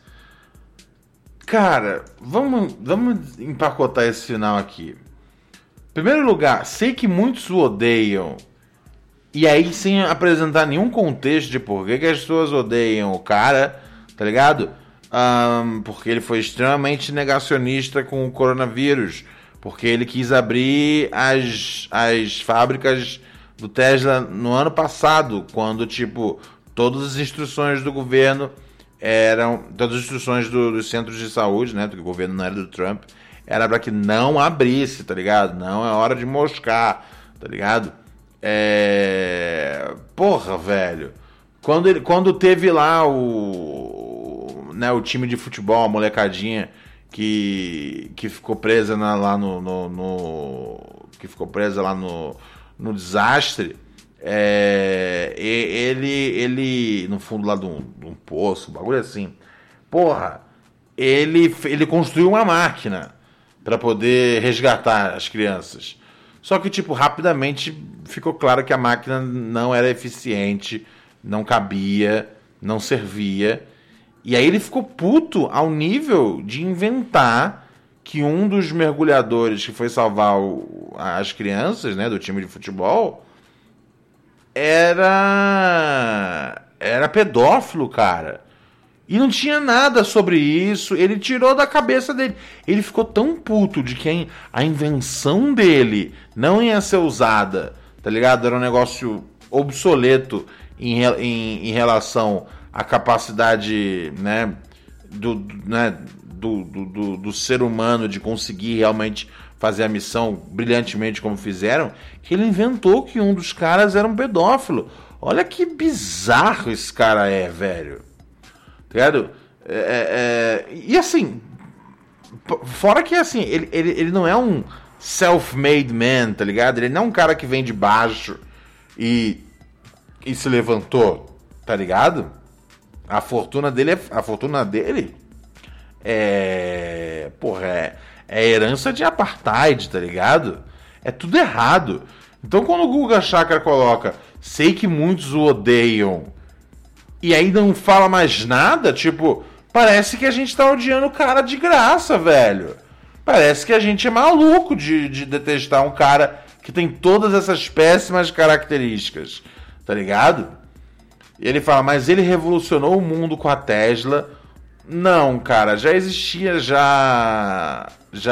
Cara, vamos, vamos empacotar esse final aqui. Em primeiro lugar, sei que muitos o odeiam. E aí, sem apresentar nenhum contexto de por que, que as pessoas odeiam o cara, tá ligado? Um, porque ele foi extremamente negacionista com o coronavírus. Porque ele quis abrir as, as fábricas do Tesla no ano passado, quando, tipo, todas as instruções do governo eram... Todas as instruções do, dos centros de saúde, né? Porque o governo não era do Trump, era pra que não abrisse, tá ligado? Não é hora de moscar, tá ligado? É... Porra, velho. Quando, ele, quando teve lá o, né, o time de futebol, a molecadinha que, que ficou presa na, lá no, no, no que ficou presa lá no, no desastre, é, ele, ele no fundo lá de um, de um poço, um bagulho assim. Porra, ele, ele construiu uma máquina para poder resgatar as crianças. Só que, tipo, rapidamente ficou claro que a máquina não era eficiente, não cabia, não servia. E aí ele ficou puto ao nível de inventar que um dos mergulhadores que foi salvar o, as crianças, né, do time de futebol, era, era pedófilo, cara. E não tinha nada sobre isso, ele tirou da cabeça dele. Ele ficou tão puto de que a invenção dele não ia ser usada, tá ligado? Era um negócio obsoleto em, em, em relação à capacidade, né, do, né, do, do, do, do ser humano de conseguir realmente fazer a missão brilhantemente como fizeram, que ele inventou que um dos caras era um pedófilo. Olha que bizarro esse cara é, velho. Tá ligado? É, é, e assim, fora que assim, ele, ele, ele não é um self-made man, tá ligado? Ele não é um cara que vem de baixo e, e se levantou, tá ligado? A fortuna dele é, a fortuna dele é, porra, é, é herança de apartheid, tá ligado? É tudo errado. Então quando o Guga Chakra coloca, sei que muitos o odeiam, e aí não fala mais nada, tipo, parece que a gente tá odiando o cara de graça, velho. Parece que a gente é maluco de, de detestar um cara que tem todas essas péssimas características, tá ligado? E ele fala, mas ele revolucionou o mundo com a Tesla. Não, cara, já existia já,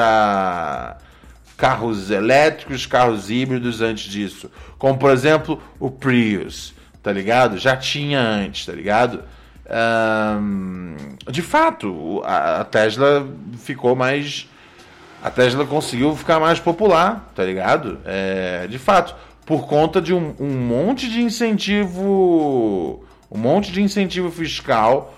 já carros elétricos, carros híbridos antes disso. Como, por exemplo, o Prius, tá ligado? Já tinha antes, tá ligado? Um, de fato, a, a Tesla ficou mais... A Tesla conseguiu ficar mais popular, tá ligado? É, de fato, por conta de um, um monte de incentivo, um monte de incentivo fiscal,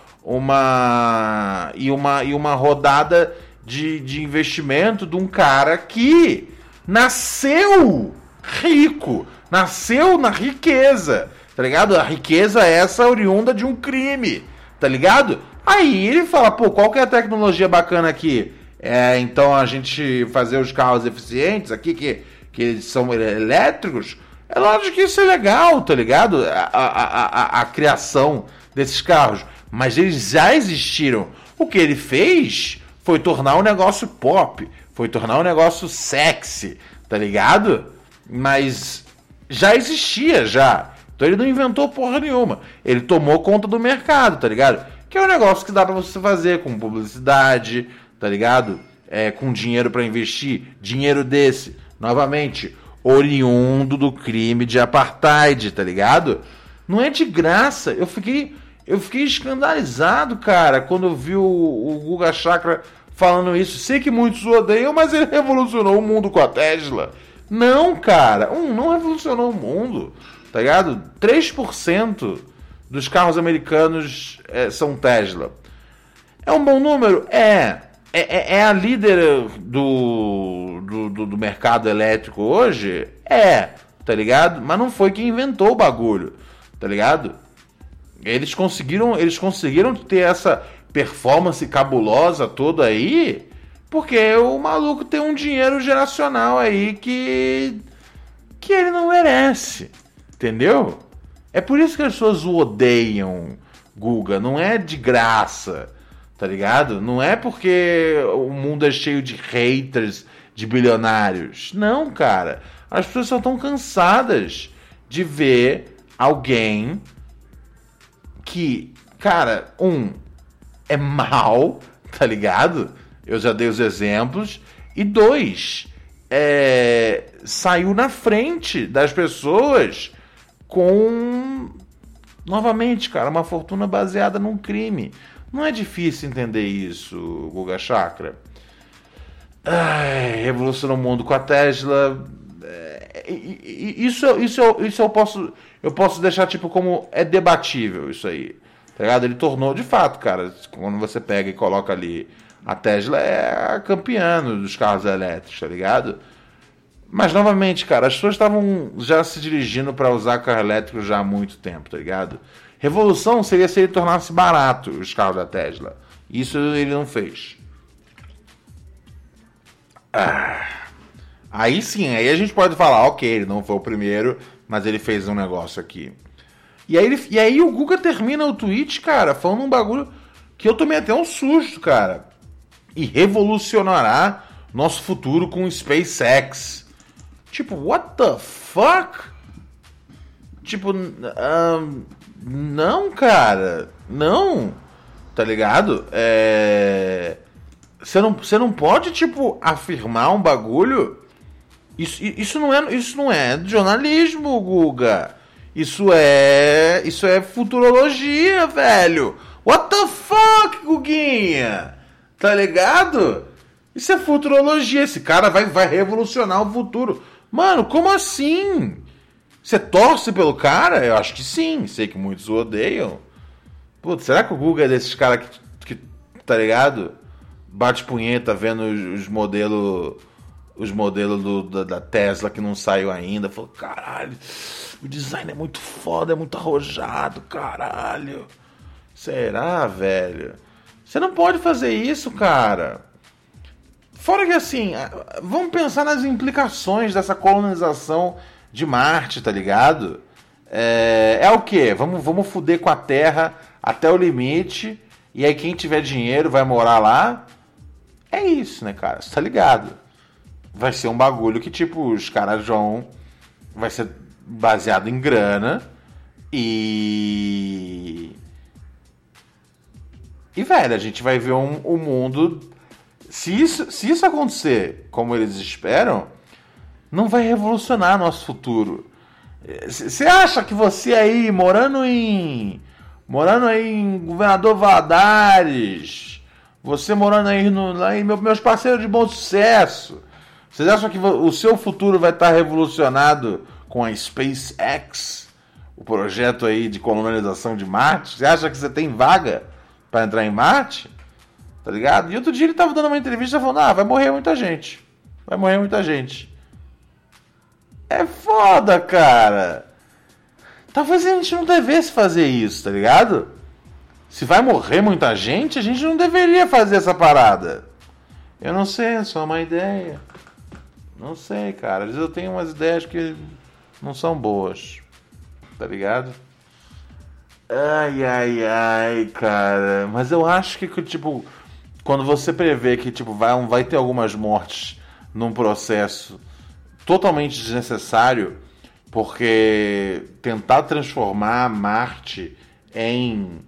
uma e uma e uma rodada de, de investimento de um cara que nasceu rico, nasceu na riqueza, tá ligado? A riqueza é essa oriunda de um crime, tá ligado? Aí ele fala, pô, qual que é a tecnologia bacana aqui? É, então a gente fazer os carros eficientes aqui, que, que eles são elétricos, é lógico que isso é legal, tá ligado? A, a, a, a criação desses carros. Mas eles já existiram. O que ele fez foi tornar o negócio pop, foi tornar o negócio sexy, tá ligado? Mas já existia, já. Então ele não inventou porra nenhuma. Ele tomou conta do mercado, tá ligado? Que é um negócio que dá pra você fazer com publicidade, tá ligado? É, com dinheiro pra investir. Dinheiro desse, novamente, oriundo do crime de apartheid, tá ligado? Não é de graça. Eu fiquei, eu fiquei escandalizado, cara, quando eu vi o, o Guga Chakra falando isso. Sei que muitos o odeiam, mas ele revolucionou o mundo com a Tesla. Não, cara. Um, não revolucionou o mundo, tá ligado? três por cento dos carros americanos é, são Tesla. É um bom número? É. É, é a líder do, do, do mercado elétrico hoje? É, tá ligado? Mas não foi quem inventou o bagulho, tá ligado? Eles conseguiram, eles conseguiram ter essa performance cabulosa toda aí, porque o maluco tem um dinheiro geracional aí que, que ele não merece, entendeu? É por isso que as pessoas o odeiam, Guga, não é de graça. Tá ligado? Não é porque o mundo é cheio de haters, de bilionários. Não, cara. As pessoas só estão cansadas de ver alguém que, cara, um, é mal, tá ligado? Eu já dei os exemplos. E dois, é, saiu na frente das pessoas com, novamente, cara, uma fortuna baseada num crime. Não é difícil entender isso, Guga Chakra. Ai, revolucionou o mundo com a Tesla. É, isso, isso, isso eu posso eu posso deixar tipo como é debatível isso aí, tá ligado? Ele tornou, de fato, cara, quando você pega e coloca ali, a Tesla é a campeã dos carros elétricos, tá ligado? Mas, novamente, cara, as pessoas estavam já se dirigindo para usar carro elétrico já há muito tempo, tá ligado? Revolução seria se ele tornasse barato os carros da Tesla. Isso ele não fez. Ah. Aí sim, aí a gente pode falar, ok, ele não foi o primeiro, mas ele fez um negócio aqui. E aí, ele, e aí o Guga termina o tweet, cara, falando um bagulho que eu tomei até um susto, cara. E revolucionará nosso futuro com o SpaceX. Tipo, what the fuck? Tipo, um, não, cara. Não. Tá ligado? É... Você não, você não pode, tipo, afirmar um bagulho... Isso, isso, não é, isso não é jornalismo, Guga. Isso é... Isso é futurologia, velho. What the fuck, Guguinha? Tá ligado? Isso é futurologia. Esse cara vai, vai revolucionar o futuro. Mano, como assim? Você torce pelo cara? Eu acho que sim. Sei que muitos o odeiam. Putz, será que o Guga é desses caras que, que, tá ligado? Bate punheta vendo os, os modelos... Os modelos do, da, da Tesla que não saiu ainda. Falou, caralho, o design é muito foda, é muito arrojado, caralho. Será, velho? Você não pode fazer isso, cara. Fora que assim, vamos pensar nas implicações dessa colonização de Marte, tá ligado? É, é o quê? Vamos, vamos foder com a Terra até o limite, e aí quem tiver dinheiro vai morar lá? É isso, né, cara? Você tá ligado? Vai ser um bagulho que, tipo, os caras vão... Vai ser baseado em grana e... E, velho, a gente vai ver um, um mundo... Se isso, se isso acontecer como eles esperam, não vai revolucionar nosso futuro. Você acha que você aí, morando em... Morando aí em Governador Valadares, você morando aí, no, lá em meus parceiros de bom sucesso, vocês acham que o seu futuro vai estar revolucionado com a SpaceX, o projeto aí de colonização de Marte? Você acha que você tem vaga para entrar em Marte? Tá ligado? E outro dia ele tava dando uma entrevista falando, ah, vai morrer muita gente. Vai morrer muita gente. É foda, cara. Talvez a gente não devesse fazer isso, tá ligado? Se vai morrer muita gente, a gente não deveria fazer essa parada. Eu não sei, é só uma ideia. Não sei, cara. Às vezes eu tenho umas ideias que não são boas. Tá ligado? Ai, ai, ai, cara. Mas eu acho que, tipo... Quando você prevê que tipo, vai, vai ter algumas mortes num processo totalmente desnecessário, porque tentar transformar Marte em,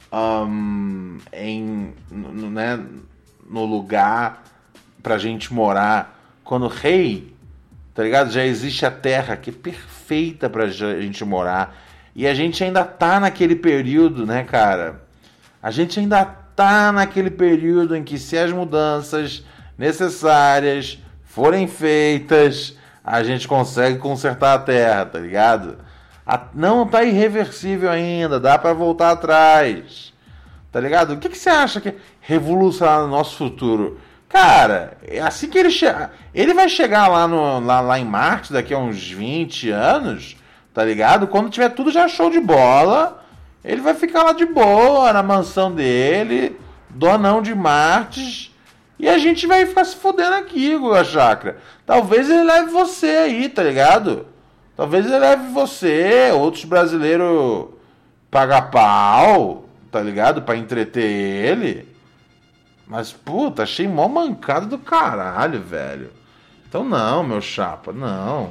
um, em no, né, no lugar pra gente morar, quando rei, tá ligado? Já existe a Terra que é perfeita pra gente morar, e a gente ainda tá naquele período, né, cara? A gente ainda tá Tá naquele período em que, se as mudanças necessárias forem feitas, a gente consegue consertar a Terra, tá ligado? A, não tá irreversível ainda, dá pra voltar atrás, tá ligado? O que, que você acha que revolucionar no nosso futuro? Cara, assim que ele chegar, ele vai chegar lá, no, lá, lá em Marte daqui a uns vinte anos, tá ligado? Quando tiver tudo já show de bola... Ele vai ficar lá de boa, na mansão dele, donão de Marte, e a gente vai ficar se fodendo aqui, Guga Chakra. Talvez ele leve você aí, tá ligado? Talvez ele leve você, outros brasileiros paga pau, tá ligado? Pra entreter ele. Mas, puta, achei mó mancada do caralho, velho. Então não, meu chapa, não.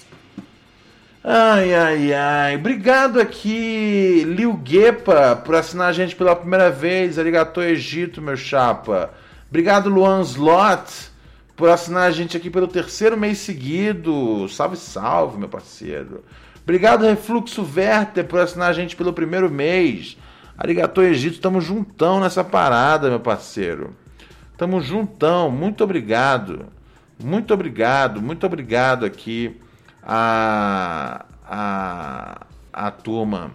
Ai, ai, ai. Obrigado aqui, Liu Guepa, por assinar a gente pela primeira vez. Arigato Egito, meu chapa. Obrigado, Luan Slot, por assinar a gente aqui pelo terceiro mês seguido. Salve, salve, meu parceiro. Obrigado, Refluxo Werther, por assinar a gente pelo primeiro mês. Arigato Egito, tamo juntão nessa parada, meu parceiro. Tamo juntão. Muito obrigado. Muito obrigado, muito obrigado aqui. A, a, a turma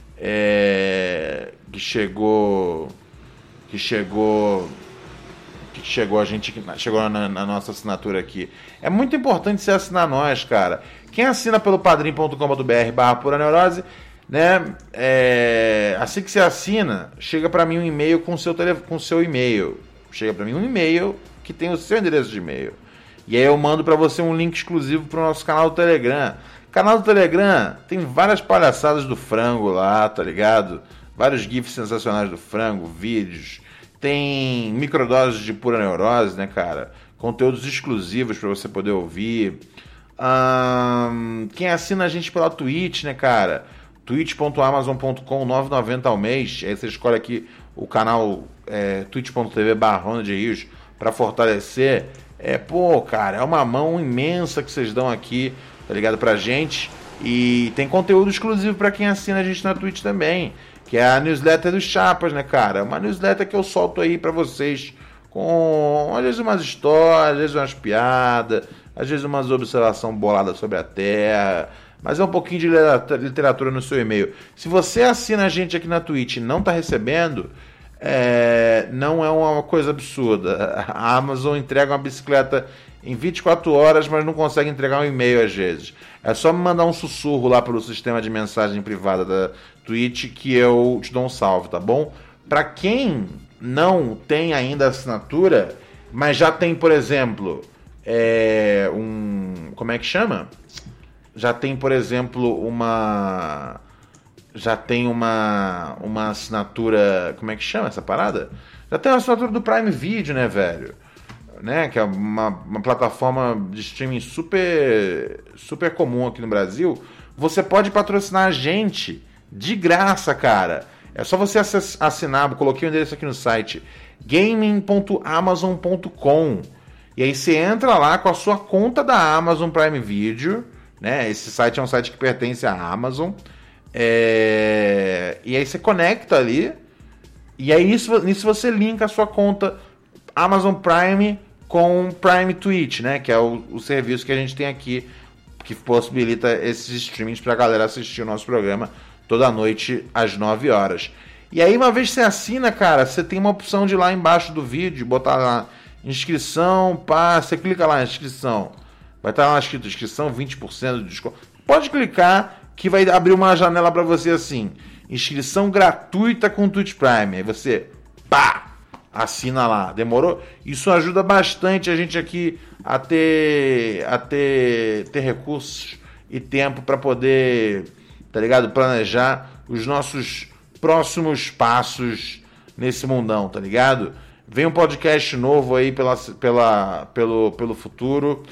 é, que chegou que chegou que chegou a gente chegou na, na nossa assinatura aqui. É muito importante você assinar nós, cara. Quem assina pelo padrim ponto com ponto br barra pura neurose, né, é, assim que você assina, chega para mim um e-mail com seu tele, com seu e-mail. Chega para mim um e-mail que tem o seu endereço de e-mail. E aí eu mando pra você um link exclusivo pro nosso canal do Telegram. Canal do Telegram tem várias palhaçadas do frango lá, tá ligado? Vários gifs sensacionais do frango, vídeos. Tem microdoses de pura neurose, né, cara? Conteúdos exclusivos pra você poder ouvir. Hum, quem assina a gente pela Twitch, né, cara? twitch ponto amazon ponto com, nove reais e noventa centavos ao mês. Aí você escolhe aqui o canal é, twitch ponto tv barra Ronald Rios pra fortalecer. É, pô, cara, é uma mão imensa que vocês dão aqui, tá ligado, pra gente. E tem conteúdo exclusivo pra quem assina a gente na Twitch também, que é a newsletter dos Chapas, né, cara? Uma newsletter que eu solto aí pra vocês com, às vezes, umas histórias, às vezes umas piadas, às vezes umas observações boladas sobre a Terra, mas é um pouquinho de literatura no seu e-mail. Se você assina a gente aqui na Twitch e não tá recebendo... É, não é uma coisa absurda. A Amazon entrega uma bicicleta em vinte e quatro horas, mas não consegue entregar um e-mail às vezes. É só me mandar um sussurro lá pelo sistema de mensagem privada da Twitch que eu te dou um salve, tá bom? Pra quem não tem ainda assinatura, mas já tem, por exemplo, é, um... Como é que chama? Já tem, por exemplo, uma... Já tem uma, uma assinatura... Como é que chama essa parada? Já tem uma assinatura do Prime Video, né, velho? né, que é uma, uma plataforma de streaming super, super comum aqui no Brasil, você pode patrocinar a gente de graça, cara. É só você assinar, coloquei o endereço aqui no site, gaming ponto amazon ponto com. E aí você entra lá com a sua conta da Amazon Prime Video, né? Esse site é um site que pertence à Amazon. É... E aí você conecta ali, e aí nisso, nisso você linka a sua conta Amazon Prime com Prime Twitch, né? Que é o, o serviço que a gente tem aqui, que possibilita esses streamings pra galera assistir o nosso programa toda noite às nove horas. E aí, uma vez que você assina, cara, você tem uma opção de ir lá embaixo do vídeo, botar lá inscrição, pá, você clica lá na inscrição. Vai estar lá escrito inscrição, vinte por cento de desconto. Pode clicar que vai abrir uma janela para você assim, inscrição gratuita com Twitch Prime. Aí você, pá, assina lá. Demorou? Isso ajuda bastante a gente aqui a ter, a ter, ter recursos e tempo para poder, tá ligado? Planejar os nossos próximos passos nesse mundão, tá ligado? Vem um podcast novo aí pela, pela, pelo, pelo futuro,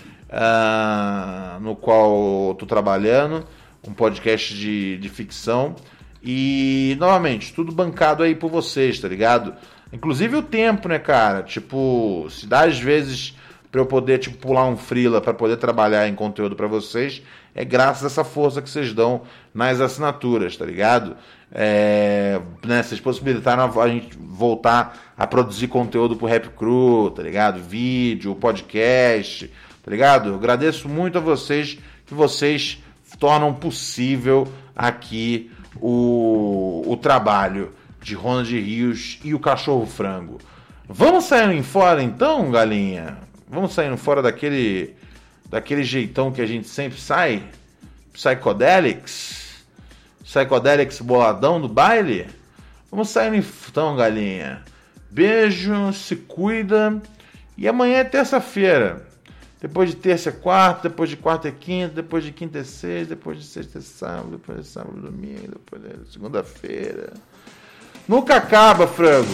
uh, no qual eu tô trabalhando, um podcast de, de ficção, e, novamente, tudo bancado aí por vocês, tá ligado? Inclusive o tempo, né, cara? Tipo, se dá às vezes pra eu poder, tipo, pular um freela pra poder trabalhar em conteúdo pra vocês, é graças a essa força que vocês dão nas assinaturas, tá ligado? É, né, vocês possibilitaram a gente voltar a produzir conteúdo pro Rap Crew, tá ligado? Vídeo, podcast, tá ligado? Eu agradeço muito a vocês, que vocês tornam possível aqui o, o trabalho de Ronald Rios e o Cachorro Frango. Vamos saindo fora então, galinha? Vamos saindo fora daquele daquele jeitão que a gente sempre sai? Psychedelics? Psychedelics boladão do baile? Vamos saindo então, galinha. Beijo, se cuida. E amanhã é terça-feira. Depois de terça é quarta, depois de quarta é quinta, depois de quinta é sexta, depois de sexta é sábado, depois de sábado é domingo, depois é segunda-feira. Nunca acaba, frango.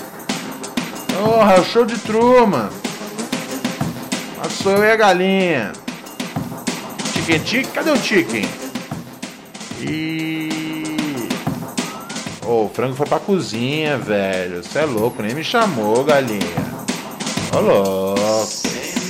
Porra, show de Truman. Mas sou eu e a galinha. Chicken chicken? Cadê o chicken? E... Oh, o frango foi pra cozinha, velho. Você é louco, nem me chamou, galinha. Ô, louco.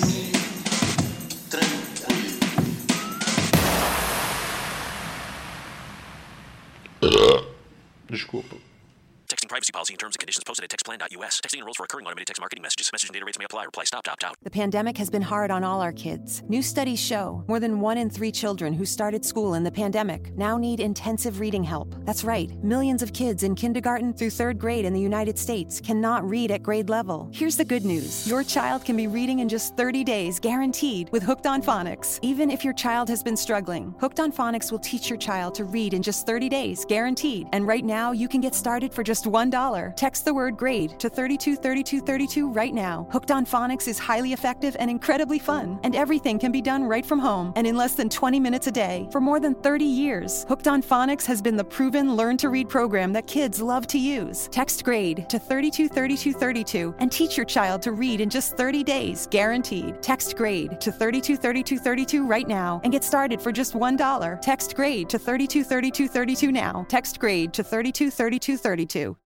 Desculpa. Texting privacy policy and terms and conditions posted at textplan dot U S. Texting enrolls for recurring automated text marketing messages. Message and data rates may apply. Reply stop to opt out. The pandemic has been hard on all our kids. New studies show more than one in three children who started school in the pandemic now need intensive reading help. That's right. Millions of kids in kindergarten through third grade in the United States cannot read at grade level. Here's the good news. Your child can be reading in just thirty days, guaranteed, with Hooked on Phonics. Even if your child has been struggling, Hooked on Phonics will teach your child to read in just thirty days, guaranteed. And right now, you can get started for just one dollar. Text the word GRADE to thirty-two thirty-two thirty-two right now. Hooked on Phonics is highly effective and incredibly fun, and everything can be done right from home and in less than twenty minutes a day. For more than thirty years, Hooked on Phonics has been the proven learn-to-read program that kids love to use. Text GRADE to thirty-two thirty-two thirty-two and teach your child to read in just thirty days, guaranteed. Text GRADE to thirty-two thirty-two thirty-two right now and get started for just one dollar. Text GRADE to thirty-two thirty-two thirty-two now. Text GRADE to thirty-two thirty-two thirty-two.